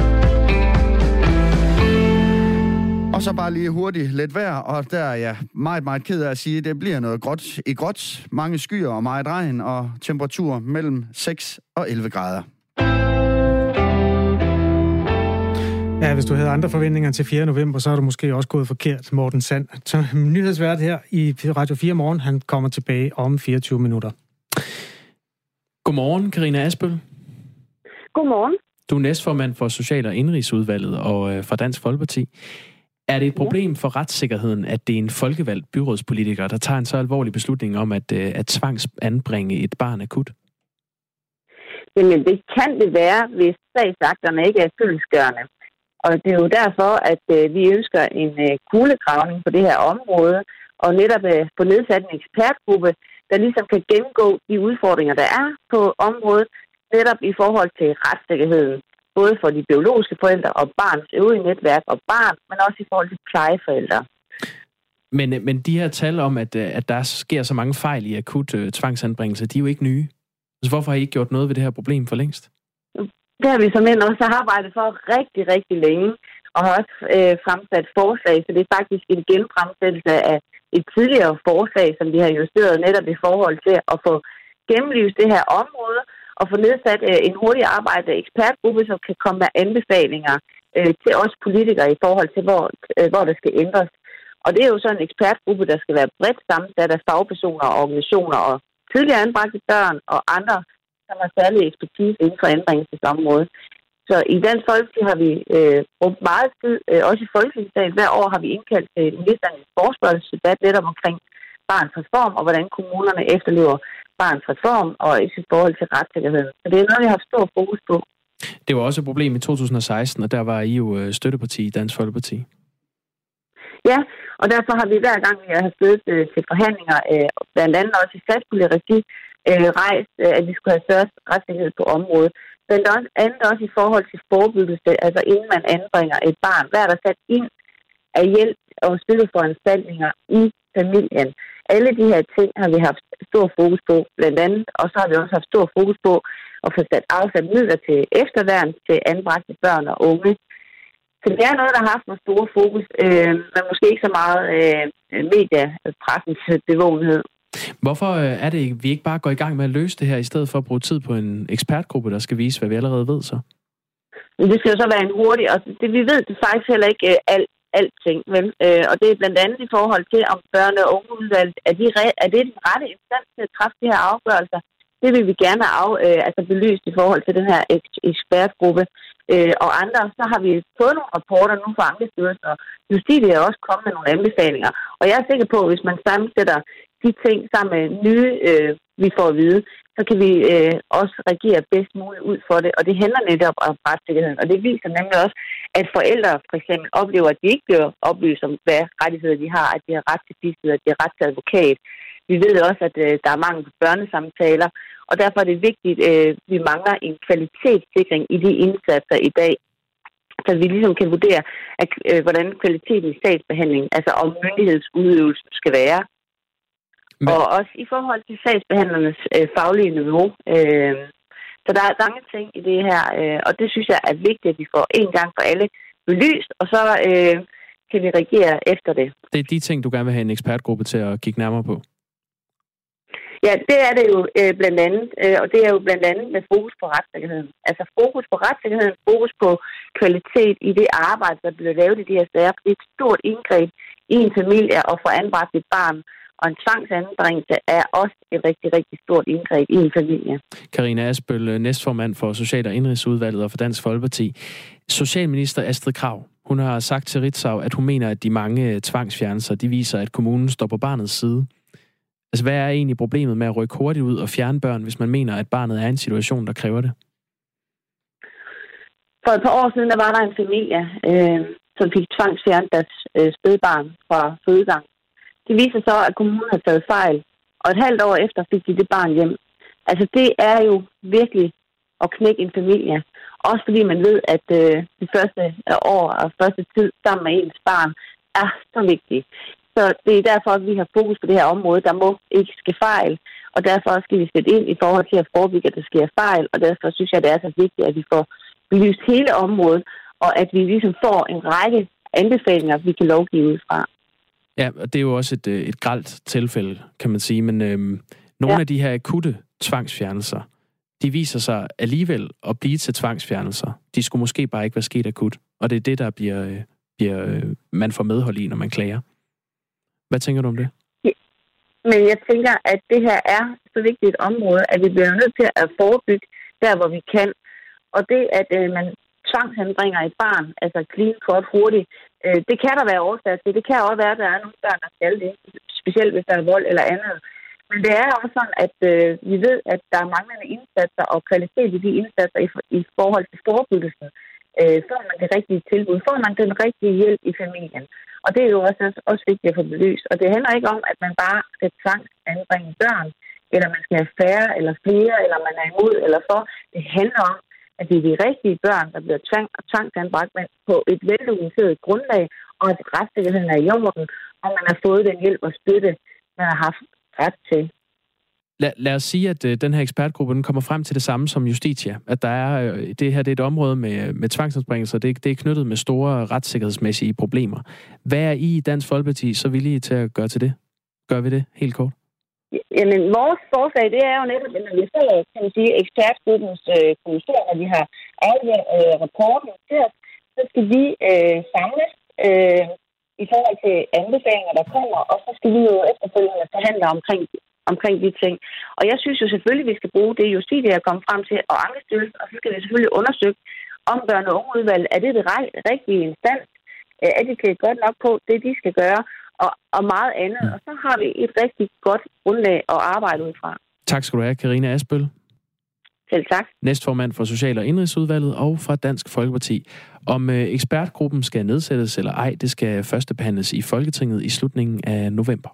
S12: Og så bare lige hurtigt lidt vejr, og der er jeg meget, meget ked af at sige, at det bliver noget gråt i gråt, mange skyer og meget regn, og temperatur mellem seks og elleve grader.
S1: Ja, hvis du havde andre forventninger til fjerde november, så er du måske også gået forkert, Morten Sand. Så nyhedsvært her i Radio fire Morgen, han kommer tilbage om fireogtyve minutter.
S2: Godmorgen, Karina Asbøl.
S16: Godmorgen.
S2: Du er næstformand for Social- og Indenrigsudvalget og øh, fra Dansk Folkeparti. Er det et problem for retssikkerheden, at det er en folkevalgt byrådspolitiker, der tager en så alvorlig beslutning om at, at tvangsanbringe et barn akut?
S16: Jamen, det kan det være, hvis sagsakterne ikke er fyldestgørende. Og det er jo derfor, at øh, vi ønsker en øh, kulegravning på det her område, og netop øh, få nedsat en ekspertgruppe, der ligesom kan gennemgå de udfordringer, der er på området, netop i forhold til retssikkerheden. Både for de biologiske forældre og barns øvrige netværk og barn, men også i forhold til plejeforældre.
S2: Men, men de her tal om, at, at der sker så mange fejl i akut øh, tvangsanbringelse, de er jo ikke nye. Så hvorfor har I ikke gjort noget ved det her problem for længst?
S16: Det har vi som end også arbejdet for rigtig, rigtig længe, og har også øh, fremsat forslag, så det er faktisk en genfremsættelse af et tidligere forslag, som vi har justeret netop i forhold til at få gennemlyst det her område, og få nedsat øh, en hurtig arbejde ekspertgruppe, som kan komme med anbefalinger øh, til os politikere i forhold til, hvor, øh, hvor der skal ændres. Og det er jo så en ekspertgruppe, der skal være bredt sammensat af fagpersoner og organisationer og tidligere anbragte børn og andre, som har særlig ekspertise inden for anbringelsesområdet. Så i Dansk Folkeparti har vi øh, brugt meget tid, øh, også i Folketingsdagen. Hver år har vi indkaldt til ministerens forespørgselsdebat netop omkring barns reform, og hvordan kommunerne efterlever barns reform og i sit forhold til retssikkerheden. Så det er noget, vi har haft stor fokus på.
S2: Det var også et problem i to tusind og seksten, og der var I jo støtteparti i Dansk Folkeparti.
S16: Ja, og derfor har vi hver gang, vi har støttet øh, til forhandlinger, øh, blandt andet også i satspuljeregi, øh, rejst, øh, at vi skulle have størst retssikkerhed på området. Blandt andet også i forhold til forebyggelse, altså inden man anbringer et barn. Hvad er der sat ind af hjælp og støtteforanstaltninger i familien? Alle de her ting har vi haft stor fokus på, blandt andet, og så har vi også haft stor fokus på at få sat afsat midler til efterværn til anbragte børn og unge. Så det er noget, der har haft noget store fokus, øh, men måske ikke så meget øh, mediepressens bevågenhed.
S2: Hvorfor er det, at vi ikke bare går i gang med at løse det her, i stedet for at bruge tid på en ekspertgruppe, der skal vise, hvad vi allerede ved så?
S16: Det skal jo så være en hurtig, og det, vi ved det faktisk heller ikke øh, alt. alting, vel? Øh, og det er blandt andet i forhold til, om børne- og ungeudvalg, er, de re- er det den rette instans til at træffe de her afgørelser? Det vil vi gerne have af, øh, altså belyst i forhold til den her ek- ekspertgruppe. Øh, og andre, så har vi fået nogle rapporter nu fra Ankestyrelsen, og Justitia er også kommet med nogle anbefalinger. Og jeg er sikker på, at hvis man sammensætter de ting sammen med nye, øh, vi får at vide, så kan vi øh, også reagere bedst muligt ud for det. Og det handler netop om retssikkerheden. Og det viser nemlig også, at forældre for eksempel oplever, at de ikke bliver oplyst om, hvad rettigheder de har, at de har ret til bistand, at de har ret til advokat. Vi ved også, at øh, der er mangel på børnesamtaler, og derfor er det vigtigt, at øh, vi mangler en kvalitetssikring i de indsatser i dag, så vi ligesom kan vurdere, at, øh, hvordan kvaliteten i sagsbehandlingen, altså om myndighedsudøvelsen skal være. Men... Og også i forhold til sagsbehandlernes øh, faglige niveau. Øh, så der er mange ting i det her, øh, og det synes jeg er vigtigt, at vi får en gang for alle belyst, og så øh, kan vi reagere efter det.
S2: Det er de ting, du gerne vil have en ekspertgruppe til at kigge nærmere på?
S16: Ja, det er det jo øh, blandt andet, øh, og det er jo blandt andet med fokus på retssikkerheden. Altså fokus på retssikkerheden, fokus på kvalitet i det arbejde, der bliver lavet i de her sager. Det er et stort indgreb i en familie og få anbragt et barn, og en tvangsanbringelse er også et rigtig, rigtig stort indgreb i en familie.
S2: Karina Aspbøl, næstformand for Social- og Indenrigsudvalget og for Dansk Folkeparti. Socialminister Astrid Krag, hun har sagt til Ritzau, at hun mener, at de mange tvangsfjernelser, de viser, at kommunen står på barnets side. Altså, hvad er egentlig problemet med at rykke hurtigt ud og fjerne børn, hvis man mener, at barnet er i en situation, der kræver det?
S16: For et par år siden, der var der en familie, øh, som fik tvangsfjernet deres øh, spædbarn fra fødegang. Det viser så, at kommunen har taget fejl, og et halvt år efter fik de det barn hjem. Altså, det er jo virkelig at knække en familie. Også fordi man ved, at øh, det første år og første tid sammen med ens barn er så vigtigt. Så det er derfor, at vi har fokus på det her område. Der må ikke ske fejl, og derfor skal vi sætte ind i forhold til at forebygge, at der sker fejl, og derfor synes jeg, det er så vigtigt, at vi får belyst hele området, og at vi ligesom får en række anbefalinger, vi kan lovgive ud fra.
S2: Ja, og det er jo også et, et grelt tilfælde, kan man sige, men øhm, nogle ja. af de her akutte tvangsfjernelser, de viser sig alligevel at blive til tvangsfjernelser. De skulle måske bare ikke være sket akut, og det er det, der bliver, bliver man får medhold i, når man klager. Hvad tænker du om det?
S16: Ja. Men jeg tænker, at det her er så vigtigt et område, at vi bliver nødt til at forebygge der, hvor vi kan. Og det, at øh, man tvangsanbringer et barn, altså clean, kort, hurtigt, øh, det kan der være årsager til. Det kan også være, at der er nogle børn, der skal det, specielt hvis der er vold eller andet. Men det er også sådan, at øh, vi ved, at der er manglende indsatser og kvalitet i de indsatser i, for, i forhold til forebyggelsen. Øh, får man det rigtige tilbud? Får man den rigtige hjælp i familien? Og det er jo også, også vigtigt at få belyst. Og det handler ikke om, at man bare skal tvangsanbringe børn, eller man skal have færre eller flere, eller man er imod eller for. Det handler om, at det er de rigtige børn, der bliver tvang, tvangsanbragt, men på et veldokumenteret grundlag, og at retssikkerheden er i orden, og man har fået den hjælp og støtte, man har haft ret til.
S2: Lad, lad os sige, at uh, den her ekspertgruppe den kommer frem til det samme som Justitia. At der er, uh, det her det er et område med, med tvangsanbringelser. Det, det er knyttet med store retssikkerhedsmæssige problemer. Hvad er I i Dansk Folkeparti så villige til at gøre til det? Gør vi det helt kort?
S16: Jamen, vores forslag, det er jo netop, at når vi får, kan man sige, ekspertgruppens øh, kommission, når vi har afleveret øh, rapporten til os, så skal vi øh, samles øh, i forhold til anbefalinger, der kommer, og så skal vi jo efterfølgende forhandle omkring, omkring de ting. Og jeg synes jo selvfølgelig, at vi skal bruge det Justitia er kommet frem til, og Ankestyrelsen, og så skal vi selvfølgelig undersøge, om børn- og ungeudvalget, er det det rigtige instans? Er de klædt godt nok på det, de skal gøre? Og, og meget andet. Og så har vi et rigtig godt grundlag at arbejde ud fra.
S2: Tak skal du have, Karina Aspbøl.
S16: Selv tak.
S2: Næstformand for Social- og Indenrigsudvalget og fra Dansk Folkeparti. Om øh, ekspertgruppen skal nedsættes eller ej, det skal førstebehandles i Folketinget i slutningen af november.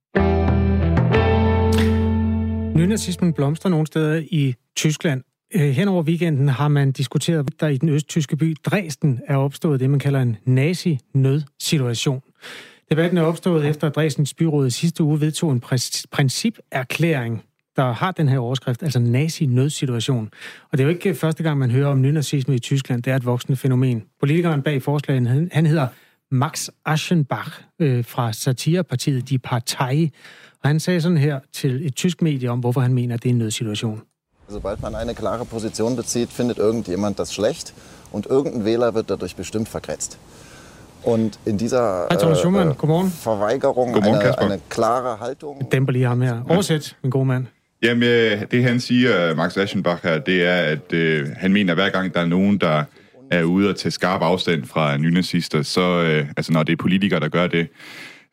S1: Nynazismen blomstrer nogle steder i Tyskland. Hen over weekenden har man diskuteret, at der i den østtyske by Dresden er opstået det, man kalder en nazi-nødsituation. Debatten er opstået efter, at Dresdens byråd sidste uge vedtog en principerklæring, der har den her overskrift, altså nazi-nødsituation. Og det er jo ikke første gang, man hører om nynazisme i Tyskland. Det er et voksende fænomen. Politikeren bag forslaget, han hedder Max Aschenbach øh, fra satirepartiet Die Partei. Og han sagde sådan her til et tysk medie om, hvorfor han mener, at det er en nødsituation.
S17: Sobald man eine klare Position bezieht, findet irgendjemand das schlecht und irgendein Wähler wird dadurch bestimmt vergrätzt. Und in dieser
S1: Hej, Schumann.
S17: äh, Verweigerung
S18: Godmorgen,
S17: eine, eine klare Haltung...
S1: Jeg dæmper lige ham her. Oversæt, min gode mand.
S18: Jamen, det han siger, Max Aschenbach her, det er, at øh, han mener, at hver gang der er nogen, der er ude og tage skarp afstand fra nynazister, så, øh, altså når det er politikere, der gør det,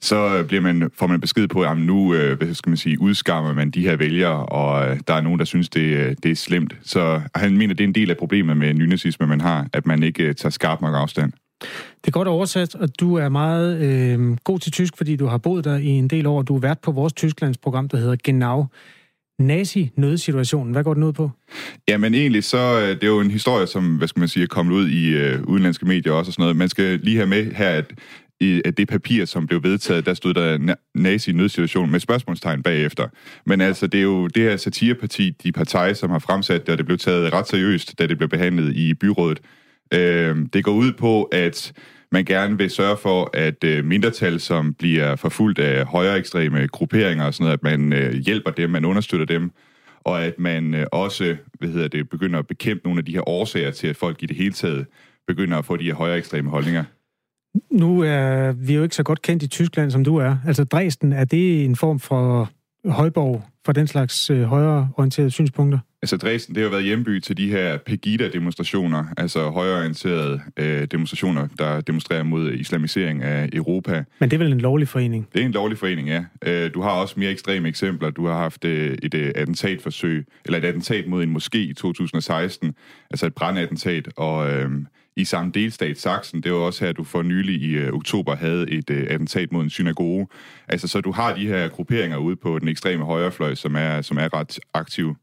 S18: så bliver man, får man besked på, at nu øh, hvad skal man sige, udskammer man de her vælgere, og øh, der er nogen, der synes, det, det er slemt. Så han mener, det er en del af problemet med nynazisme, man har, at man ikke øh, tager skarp nok afstand.
S1: Det er godt oversat, og du er meget øh, god til tysk, fordi du har boet der i en del år. Du er vært på vores Tysklandsprogram, der hedder Genau. Nazi-nødsituationen, hvad går den ud på?
S18: Jamen egentlig så, det er jo en historie, som, hvad skal man sige, er kommet ud i øh, udenlandske medier også og sådan noget. Man skal lige have med her, at i at det papir, som blev vedtaget, der stod der nazi-nødsituation med spørgsmålstegn bagefter. Men altså, det er jo det her satireparti, de partier, som har fremsat det, og det blev taget ret seriøst, da det blev behandlet i byrådet. Øh, det går ud på, at man gerne vil sørge for, at øh, mindretal, som bliver forfulgt af højere ekstreme grupperinger og sådan noget, at man øh, hjælper dem, man understøtter dem, og at man øh, også, hvad hedder det, begynder at bekæmpe nogle af de her årsager til, at folk i det hele taget begynder at få de her højere ekstreme holdninger.
S1: Nu er vi jo ikke så godt kendt i Tyskland, som du er. Altså Dresden, er det en form for højborg for den slags øh, højreorienterede synspunkter?
S18: Altså Dresden, det har jo været hjemby til de her Pegida-demonstrationer, altså højreorienterede øh, demonstrationer, der demonstrerer mod islamisering af Europa.
S1: Men det er vel en lovlig forening?
S18: Det er en lovlig forening, ja. Øh, du har også mere ekstreme eksempler. Du har haft øh, et øh, attentatforsøg, eller et attentat mod en moské i to tusind og seksten, altså et brandattentat, og øh, i samme delstat, Sachsen, det var også her, du for nylig i øh, oktober havde et øh, attentat mod en synagoge. Altså, så du har de her grupperinger ude på den ekstreme højrefløj, som er, som er ret aktive.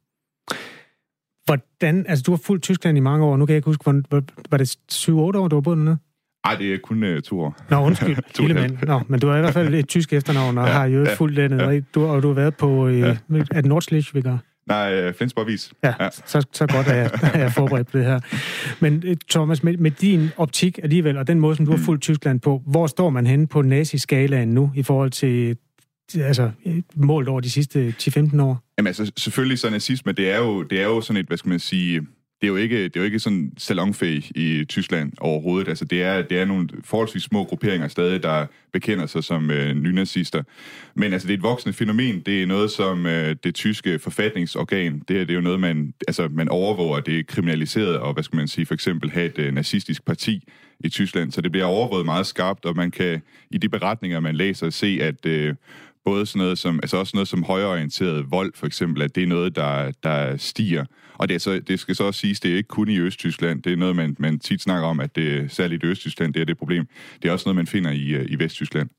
S1: Hvordan, altså du har fulgt Tyskland i mange år, nu kan jeg ikke huske, var, var det syv otte år, du var boet dernede?
S18: Nej, det er kun uh, to år.
S1: Nå, undskyld, lille mand. Nå, men du har i hvert fald et tysk efternavn, og ja, har jo ja, fulgt det ned, ja. du, og du har været på, øh, ja. er det Nordschleswiger?
S18: Nej, Flensborg-Vis.
S1: Ja, ja. Så, så godt er jeg, er jeg forberedt på det her. Men Thomas, med, med din optik alligevel, og den måde, som du har fulgt Tyskland på, hvor står man henne på naziskalaen nu, i forhold til altså, målt over de sidste ti femten år?
S18: Jamen altså, selvfølgelig så nazisme, det er jo, det er jo sådan et, hvad skal man sige, det er jo ikke, det er jo ikke sådan salonfæg i Tyskland overhovedet. Altså, det er, det er nogle forholdsvis små grupperinger stadig, der bekender sig som øh, nynazister. Men altså, det er et voksende fænomen. Det er noget, som øh, det tyske forfatningsorgan, det er, det er jo noget, man, altså, man overvåger. Det er kriminaliseret, og hvad skal man sige, for eksempel have et øh, nazistisk parti i Tyskland. Så det bliver overvåget meget skarpt, og man kan i de beretninger, man læser, se, at øh, både sådan noget som, altså også noget som højreorienteret vold, for eksempel, at det er noget, der, der stiger. Og det, er så, det skal så også siges, det er ikke kun i Østtyskland. Det er noget, man, man tit snakker om, at det er særligt i Østtyskland, det er det problem. Det er også noget, man finder i, i Vesttyskland.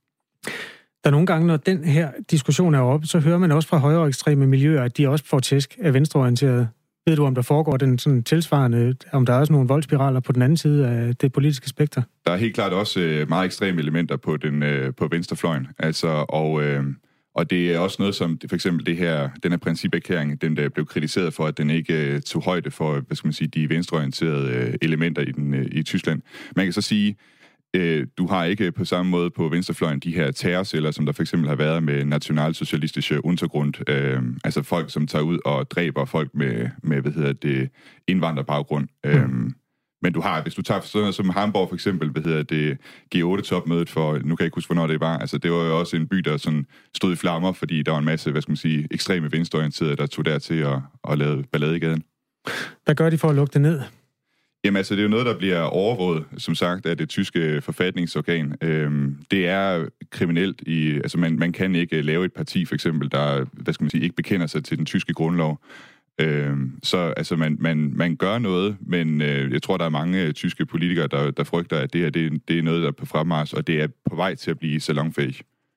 S1: Der er nogle gange, når den her diskussion er oppe, så hører man også fra højere ekstreme miljøer, at de også får tæsk af venstreorienterede. Ved du, om der foregår den sådan tilsvarende, om der er også nogle voldspiraler på den anden side af det politiske spekter?
S18: Der er helt klart også meget ekstreme elementer på den på venstrefløjen. Altså, og... Øh, Og det er også noget som, for eksempel det her, den her principerklæring, den der blev kritiseret for, at den ikke uh, tog højde for, hvad skal man sige, de venstreorienterede uh, elementer i, den, uh, i Tyskland. Man kan så sige, uh, du har ikke på samme måde på venstrefløjen de her terrorceller, som der for eksempel har været med nationalsocialistische Untergrund, uh, altså folk, som tager ud og dræber folk med, med hvad hedder det, indvandrerbaggrund. Mm. Uh, Men du har, hvis du tager sådan noget som Hamburg for eksempel, hvad hedder det, G otte-topmødet for, nu kan jeg ikke huske, hvornår det var, altså det var jo også en by, der sådan stod i flammer, fordi der var en masse, hvad skal man sige, ekstreme venstreorienterede, der tog dertil at, at lave ballade i gaden.
S1: Hvad gør de for at lukke det ned?
S18: Jamen altså, det er jo noget, der bliver overvåget, som sagt, af det tyske forfatningsorgan. Øhm, det er kriminelt i, altså man, man kan ikke lave et parti, for eksempel, der, hvad skal man sige, ikke bekender sig til den tyske grundlov. Øh, så altså man, man, man gør noget, men øh, jeg tror, der er mange øh, tyske politikere, der, der frygter, at det her det, det er noget, der er på fremmarch, og det er på vej til at blive salonfæhig.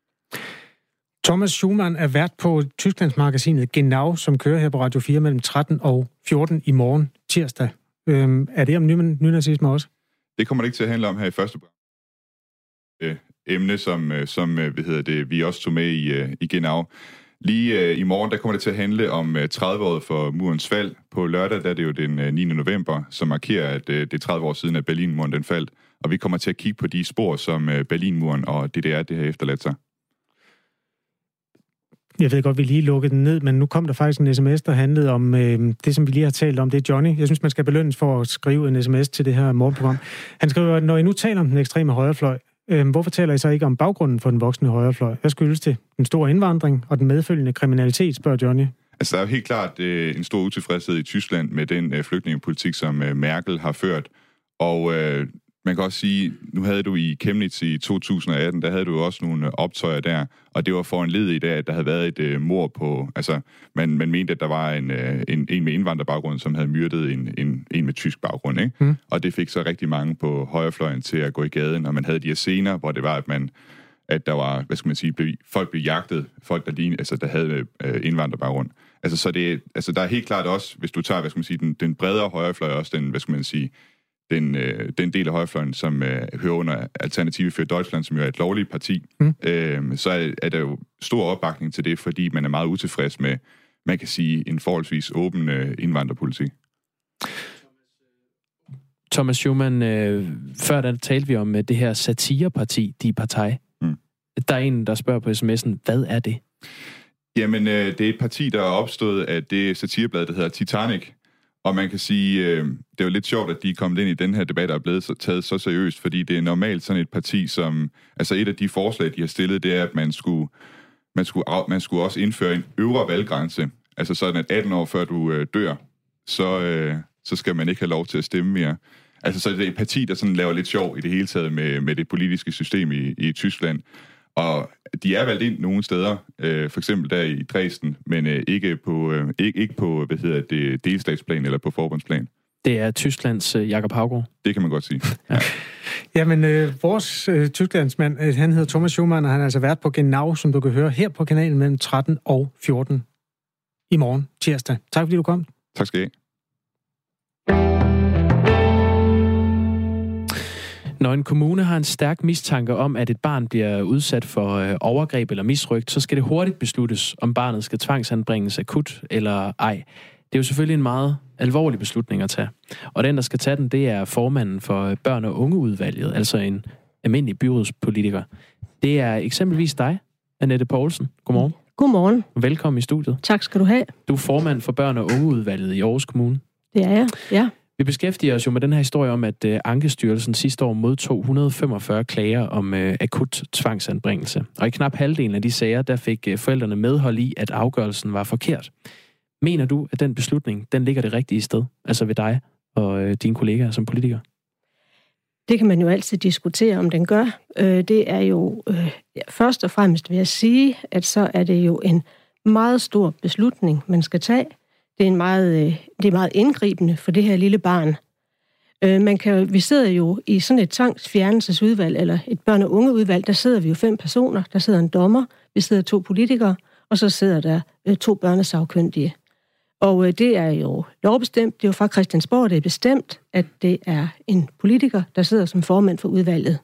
S1: Thomas Schumann er vært på Tysklandsmagasinet Genau, som kører her på Radio fire mellem tretten og fjorten i morgen tirsdag. Øh, er det om ny, nynazisme også?
S18: Det kommer det ikke til at handle om her i første øh, emne, som, øh, som øh, hvad hedder det, vi også tog med i, øh, i Genau. Lige øh, i morgen, der kommer det til at handle om øh, tredive-året for murens fald. På lørdag, der er det jo den øh, niende november, som markerer, at øh, det er tredive år siden, at Berlinmuren den faldt. Og vi kommer til at kigge på de spor, som øh, Berlinmuren og D D R det har efterladt sig.
S1: Jeg ved godt, vi lige lukkede den ned, men nu kom der faktisk en sms, der handlede om øh, det, som vi lige har talt om. Det er Johnny. Jeg synes, man skal belønnes for at skrive en sms til det her morgenprogram. Han skriver, når I nu taler om den ekstreme højrefløj, øh, hvorfor taler I så ikke om baggrunden for den voksne højrefløj? Hvad skyldes det? Den store indvandring og den medfølgende kriminalitet, spørger Johnny.
S18: Altså, der er jo helt klart øh, en stor utilfredshed i Tyskland med den øh, flygtningepolitik, som øh, Merkel har ført. Og øh, man kan også sige, nu havde du i Chemnitz i to tusind og atten, der havde du også nogle optøjer der, og det var foranledet i dag, at der havde været et øh, mord på, altså man, man mente, at der var en, øh, en, en med indvandrerbaggrund, som havde myrdet en, en, en med tysk baggrund, ikke? Mm. Og det fik så rigtig mange på højrefløjen til at gå i gaden, og man havde de her scener, hvor det var, at man at der var, hvad skal man sige, blev, folk blev jagtet, folk der lignede, altså der havde øh, indvandrerbaggrund. Altså så det, altså der er helt klart også, hvis du tager, hvad skal man sige, den, den bredere højrefløj, også den, hvad skal man sige, den, øh, den del af højrefløjen, som øh, hører under Alternative for Deutschland, som jo er et lovligt parti, mm. øh, så er, er der jo stor opbakning til det, fordi man er meget utilfreds med, man kan sige, en forholdsvis åben øh, indvandrerpolitik.
S2: Thomas Schumann, øh, før der talte vi om øh, det her satireparti, Die Partei. Mm. Der er en, der spørger på sms'en, hvad er det?
S18: Jamen, øh, det er et parti, der er opstået af det satireblad, der hedder Titanic. Og man kan sige, øh, det er jo lidt sjovt, at de er kommet ind i den her debat, der er blevet så, taget så seriøst, fordi det er normalt sådan et parti, som... Altså et af de forslag, de har stillet, det er, at man skulle, man skulle, man skulle også indføre en øvre valggrænse. Altså sådan, at atten år før du øh, dør, så, øh, så skal man ikke have lov til at stemme mere. Altså så det er et parti, der sådan laver lidt sjov i det hele taget med, med det politiske system i, i Tyskland. Og de er valgt ind nogle steder, øh, for eksempel der i Dresden, men øh, ikke på øh, ikke, ikke på hvad hedder det, delstatsplan eller på forbundsplan.
S2: Det er Tysklands øh, Jakob Haugaard.
S18: Det kan man godt sige.
S2: Ja.
S1: Jamen, øh, vores øh, tysklandsmand, øh, han hedder Thomas Schumann, og han har altså været på Genau, som du kan høre her på kanalen mellem tretten og fjorten i morgen, tirsdag. Tak fordi du kom.
S18: Tak skal I have.
S2: Når en kommune har en stærk mistanke om, at et barn bliver udsat for øh, overgreb eller misrøgt, så skal det hurtigt besluttes, om barnet skal tvangsanbringes akut eller ej. Det er jo selvfølgelig en meget alvorlig beslutning at tage. Og den, der skal tage den, det er formanden for børn- og ungeudvalget, altså en almindelig byrådspolitiker. Det er eksempelvis dig, Annette Poulsen. Godmorgen.
S19: Godmorgen.
S2: Velkommen i studiet.
S19: Tak skal du have.
S2: Du er formand for børn- og ungeudvalget i Aarhus Kommune.
S19: Det er jeg, ja.
S2: Vi beskæftiger os jo med den her historie om, at uh, Ankestyrelsen sidste år modtog et hundrede og femogfyrre klager om uh, akut tvangsanbringelse. Og i knap halvdelen af de sager, der fik uh, forældrene medhold i, at afgørelsen var forkert. Mener du, at den beslutning, den ligger det rigtige sted? Altså ved dig og uh, dine kollegaer som politikere?
S19: Det kan man jo altid diskutere, om den gør. Uh, det er jo uh, ja, først og fremmest vil jeg sige, at så er det jo en meget stor beslutning, man skal tage. Det er, en meget, det er meget indgribende for det her lille barn. Man kan, vi sidder jo i sådan et tvangsfjernelsesudvalg, eller et børn- og ungeudvalg, der sidder vi jo fem personer. Der sidder en dommer, vi sidder to politikere, og så sidder der to børnesagkyndige. Og det er jo lovbestemt, det er jo fra Christiansborg, det er bestemt, at det er en politiker, der sidder som formand for udvalget.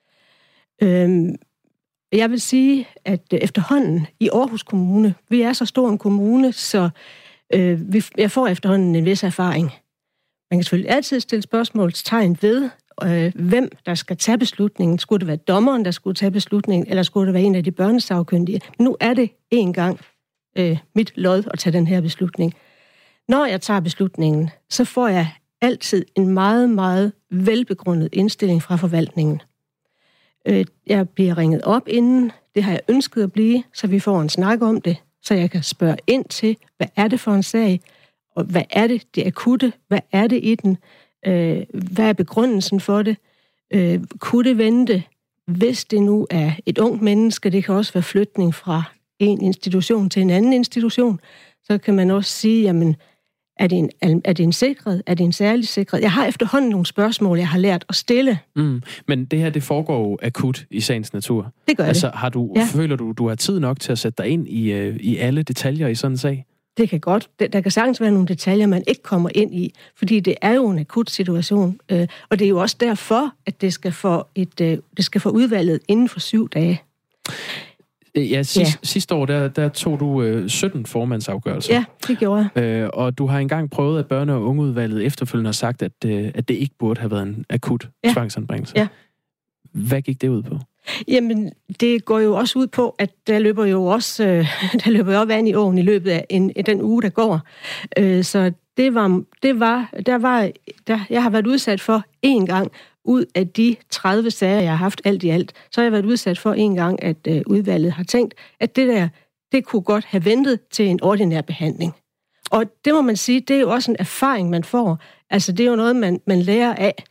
S19: Jeg vil sige, at efterhånden i Aarhus Kommune, vi er så stor en kommune, så Øh, vi, jeg får efterhånden en vis erfaring. Man kan selvfølgelig altid stille spørgsmålstegn ved, øh, hvem der skal tage beslutningen. Skulle det være dommeren, der skulle tage beslutningen, eller skulle det være en af de børnesagkyndige? Men nu er det en gang øh, mit lod at tage den her beslutning. Når jeg tager beslutningen, så får jeg altid en meget, meget velbegrundet indstilling fra forvaltningen. Øh, jeg bliver ringet op inden, det har jeg ønsket at blive, så vi får en snak om det, så jeg kan spørge ind til, hvad er det for en sag, og hvad er det, det akutte, hvad er det i den, øh, hvad er begrundelsen for det, øh, kunne det vente, hvis det nu er et ungt menneske, det kan også være flytning fra en institution til en anden institution, så kan man også sige, jamen, er det en, er det en sikret, er det en særlig sikret? Jeg har efterhånden nogle spørgsmål, jeg har lært at stille.
S2: Mm, men det her, det foregår jo akut i sagens natur.
S19: Det gør
S2: altså,
S19: det.
S2: Har du,
S19: ja.
S2: Føler du, du har tid nok til at sætte dig ind i, uh, i alle detaljer i sådan en sag?
S19: Det kan godt. Der kan sagtens være nogle detaljer, man ikke kommer ind i, fordi det er jo en akut situation. Øh, og det er jo også derfor, at det skal få, et, øh, det skal få udvalget inden for syv dage.
S2: Ja, sidst, ja. sidste år, der, der tog du øh, sytten formandsafgørelser.
S19: Ja, det gjorde jeg.
S2: Øh, og du har engang prøvet, at børne- og ungeudvalget efterfølgende har sagt, at, øh, at det ikke burde have været en akut ja. tvangsanbringelse.
S19: Ja.
S2: Hvad gik det ud på?
S19: Jamen, det går jo også ud på, at der løber jo også øh, der løber jo vand i åen i løbet af en, den uge, der går. Øh, så det var, det var, der var, der, jeg har været udsat for én gang ud af de tredive sager, jeg har haft alt i alt, så har jeg været udsat for en gang, at øh, udvalget har tænkt, at det der, det kunne godt have ventet til en ordinær behandling. Og det må man sige, det er jo også en erfaring, man får. Altså, det er jo noget, man, man lærer af.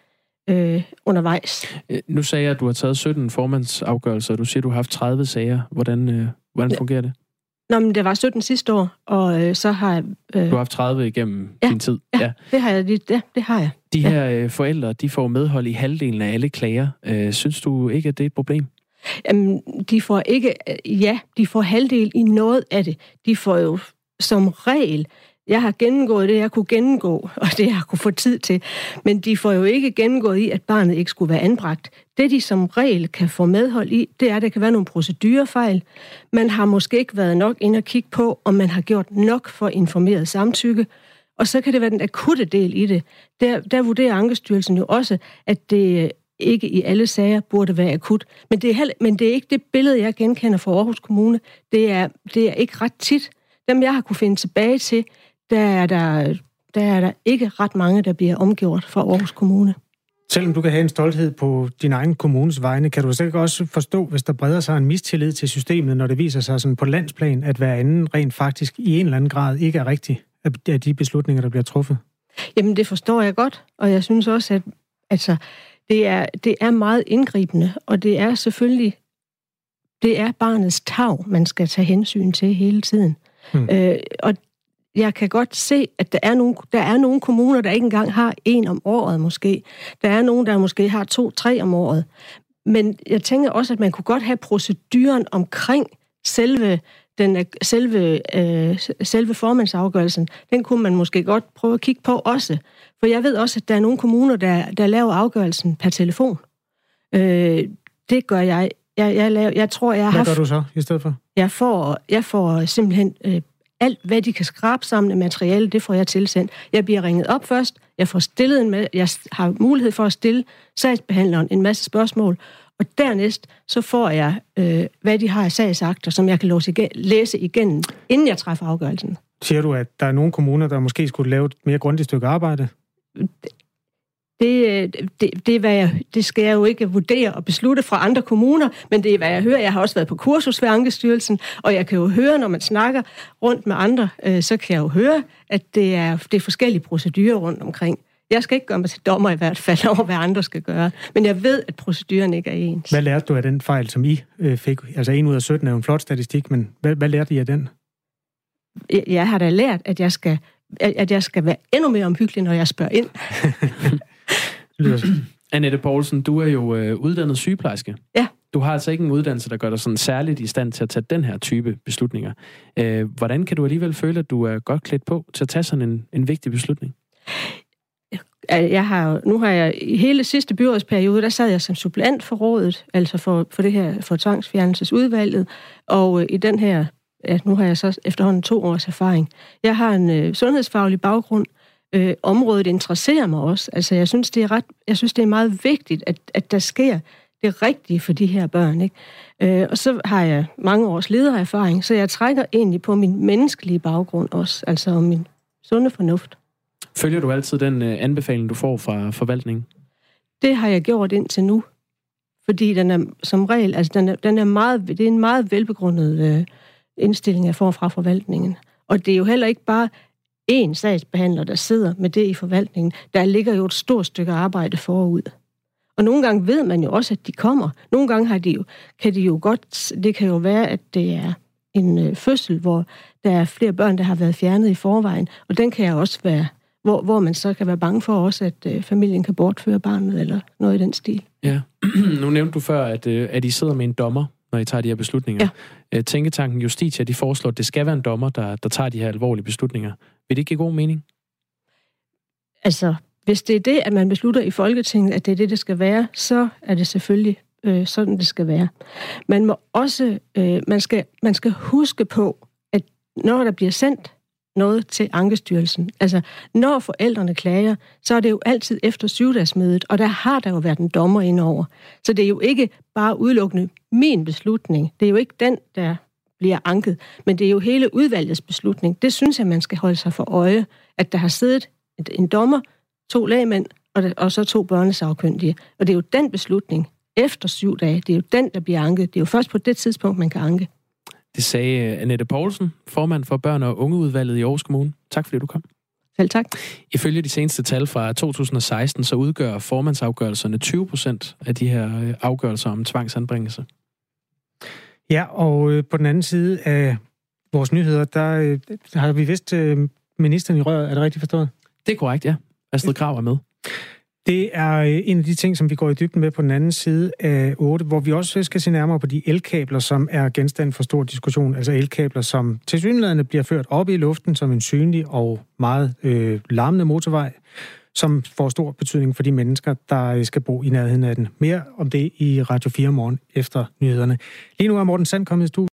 S19: øh, undervejs.
S2: Nu sagde jeg, at du har taget sytten formandsafgørelser, og du siger, at du har haft tredive sager. Hvordan, øh, hvordan ja. fungerer det?
S19: Nå, men det var sytten sidste år, og øh, så har jeg... Øh...
S2: Du har haft tredive igennem
S19: ja,
S2: din tid?
S19: Ja, ja. Det, har jeg, det, det har jeg.
S2: De
S19: ja.
S2: her øh, forældre, de får medhold i halvdelen af alle klager. Øh, synes du ikke, at det er et problem?
S19: Jamen, de får ikke... Ja, de får halvdel i noget af det. De får jo som regel... Jeg har gennemgået det, jeg kunne gennemgå, og det jeg kunne få tid til. Men de får jo ikke gennemgået i, at barnet ikke skulle være anbragt. Det, de som regel kan få medhold i, det er, at der kan være nogle procedurefejl. Man har måske ikke været nok inde og kigge på, om man har gjort nok for informeret samtykke. Og så kan det være den akutte del i det. Der, der vurderer Ankestyrelsen jo også, at det ikke i alle sager burde være akut. Men det er, heller, men det er ikke det billede, jeg genkender fra Aarhus Kommune. Det er, det er ikke ret tit. Dem, jeg har kunne finde tilbage til, Der er, der, der er der ikke ret mange, der bliver omgjort fra Aarhus Kommune.
S1: Selvom du kan have en stolthed på din egen kommunes vegne, kan du sikkert også forstå, hvis der breder sig en mistillid til systemet, når det viser sig sådan på landsplan, at hver anden rent faktisk i en eller anden grad ikke er rigtig af de beslutninger, der bliver truffet?
S19: Jamen, det forstår jeg godt, og jeg synes også, at altså, det, er, det er meget indgribende, og det er selvfølgelig det er barnets tarv, man skal tage hensyn til hele tiden. Hmm. Øh, og jeg kan godt se, at der er, nogle, der er nogle kommuner, der ikke engang har en om året måske. Der er nogle, der måske har to, tre om året. Men jeg tænker også, at man kunne godt have proceduren omkring selve, den, selve, øh, selve formandsafgørelsen. Den kunne man måske godt prøve at kigge på også. For jeg ved også, at der er nogle kommuner, der, der laver afgørelsen per telefon. Øh, det gør jeg. Jeg, jeg, laver, jeg tror, jeg har
S1: Hvad
S19: haft...
S1: gør du så i stedet for?
S19: Jeg får, jeg får simpelthen... Øh, alt, hvad de kan skrabe sammen af materiale, det får jeg tilsendt. Jeg bliver ringet op først, jeg får stillet en med, jeg har mulighed for at stille sagsbehandleren en masse spørgsmål, og dernæst så får jeg, øh, hvad de har af sagsakter, som jeg kan igen, læse igen, inden jeg træffer afgørelsen.
S1: Siger du, at der er nogle kommuner, der måske skulle lave et mere grundigt stykke arbejde?
S19: Det, det, det, er, hvad jeg, det skal jeg jo ikke vurdere og beslutte fra andre kommuner, men det er, hvad jeg hører. Jeg har også været på kursus ved Ankestyrelsen, og jeg kan jo høre, når man snakker rundt med andre, øh, så kan jeg jo høre, at det er, det er forskellige procedurer rundt omkring. Jeg skal ikke gøre mig til dommer i hvert fald over, hvad andre skal gøre, men jeg ved, at proceduren ikke er ens.
S1: Hvad lærte du af den fejl, som I øh, fik? Altså en ud af sytten er jo en flot statistik, men hvad, hvad lærte I af den?
S19: Jeg, jeg har da lært, at jeg skal, at jeg skal være endnu mere omhyggelig, når jeg spørger ind.
S2: Annette Poulsen, du er jo øh, uddannet sygeplejerske.
S19: Ja.
S2: Du har altså ikke en uddannelse, der gør dig sådan særligt i stand til at tage den her type beslutninger. Øh, hvordan kan du alligevel føle, at du er godt klædt på til at tage sådan en, en vigtig beslutning?
S19: Jeg har, nu har jeg i hele sidste byrådsperiode, der sad jeg som suppleant for rådet, altså for, for det her, for tvangsfjernelsesudvalget, og øh, i den her, ja, nu har jeg så efterhånden to års erfaring. Jeg har en øh, sundhedsfaglig baggrund. Øh, området interesserer mig også. Altså, jeg synes, det er ret, jeg synes, det er meget vigtigt, at, at der sker det rigtige for de her børn, ikke? Øh, og så har jeg mange års ledererfaring, så jeg trækker egentlig på min menneskelige baggrund også, altså om min sunde fornuft.
S2: Følger du altid den øh, anbefaling, du får fra forvaltningen?
S19: Det har jeg gjort indtil nu, fordi den er som regel, altså den er, den er meget, det er en meget velbegrundet øh, indstilling, jeg får fra forvaltningen. Og det er jo heller ikke bare en sagsbehandler, der sidder med det i forvaltningen. Der ligger jo et stort stykke arbejde forud. Og nogle gange ved man jo også, at de kommer. Nogle gange har de jo, kan de jo godt... Det kan jo være, at det er en øh, fødsel, hvor der er flere børn, der har været fjernet i forvejen. Og den kan jeg også være... Hvor, hvor man så kan være bange for også, at øh, familien kan bortføre barnet, eller noget i den stil.
S2: Ja. Nu nævnte du før, at, øh, at I sidder med en dommer, når I tager de her beslutninger. Ja. Tænketanken Justitia, de foreslår, at det skal være en dommer, der, der tager de her alvorlige beslutninger. Vil det ikke give god mening?
S19: Altså, hvis det er det, at man beslutter i Folketinget, at det er det, det skal være, så er det selvfølgelig øh, sådan, det skal være. Man må også, øh, man skal, man skal huske på, at når der bliver sendt noget til Ankestyrelsen, altså når forældrene klager, så er det jo altid efter syvdagsmødet, og der har der jo været en dommer indover. Så det er jo ikke bare udelukkende min beslutning. Det er jo ikke den, der bliver anket, men det er jo hele udvalgets beslutning. Det synes jeg, man skal holde sig for øje, at der har siddet en dommer, to lægmænd og, og så to børnesagkyndige. Og det er jo den beslutning efter syv dage, det er jo den, der bliver anket. Det er jo først på det tidspunkt, man kan anke.
S2: Det sagde Annette Poulsen, formand for børn- og ungeudvalget i Aarhus Kommune. Tak fordi du kom.
S19: Selv tak.
S2: Ifølge de seneste tal fra to tusind og seksten, så udgør formandsafgørelserne tyve procent af de her afgørelser om tvangsanbringelse.
S1: Ja, og øh, på den anden side af vores nyheder, der øh, har vi vist øh, ministeren i røret. Er det rigtigt forstået?
S2: Det er korrekt, ja. Astrid Krag er med.
S1: Det er en af de ting, som vi går i dybden med på den anden side af otte, hvor vi også skal se nærmere på de elkabler, som er genstand for stor diskussion. Altså elkabler, som tilsyneladende bliver ført op i luften som en synlig og meget øh, larmende motorvej, som får stor betydning for de mennesker, der skal bo i nærheden af den. Mere om det i Radio fire morgen efter nyhederne. Lige nu er Morten Sand kommet i studiet.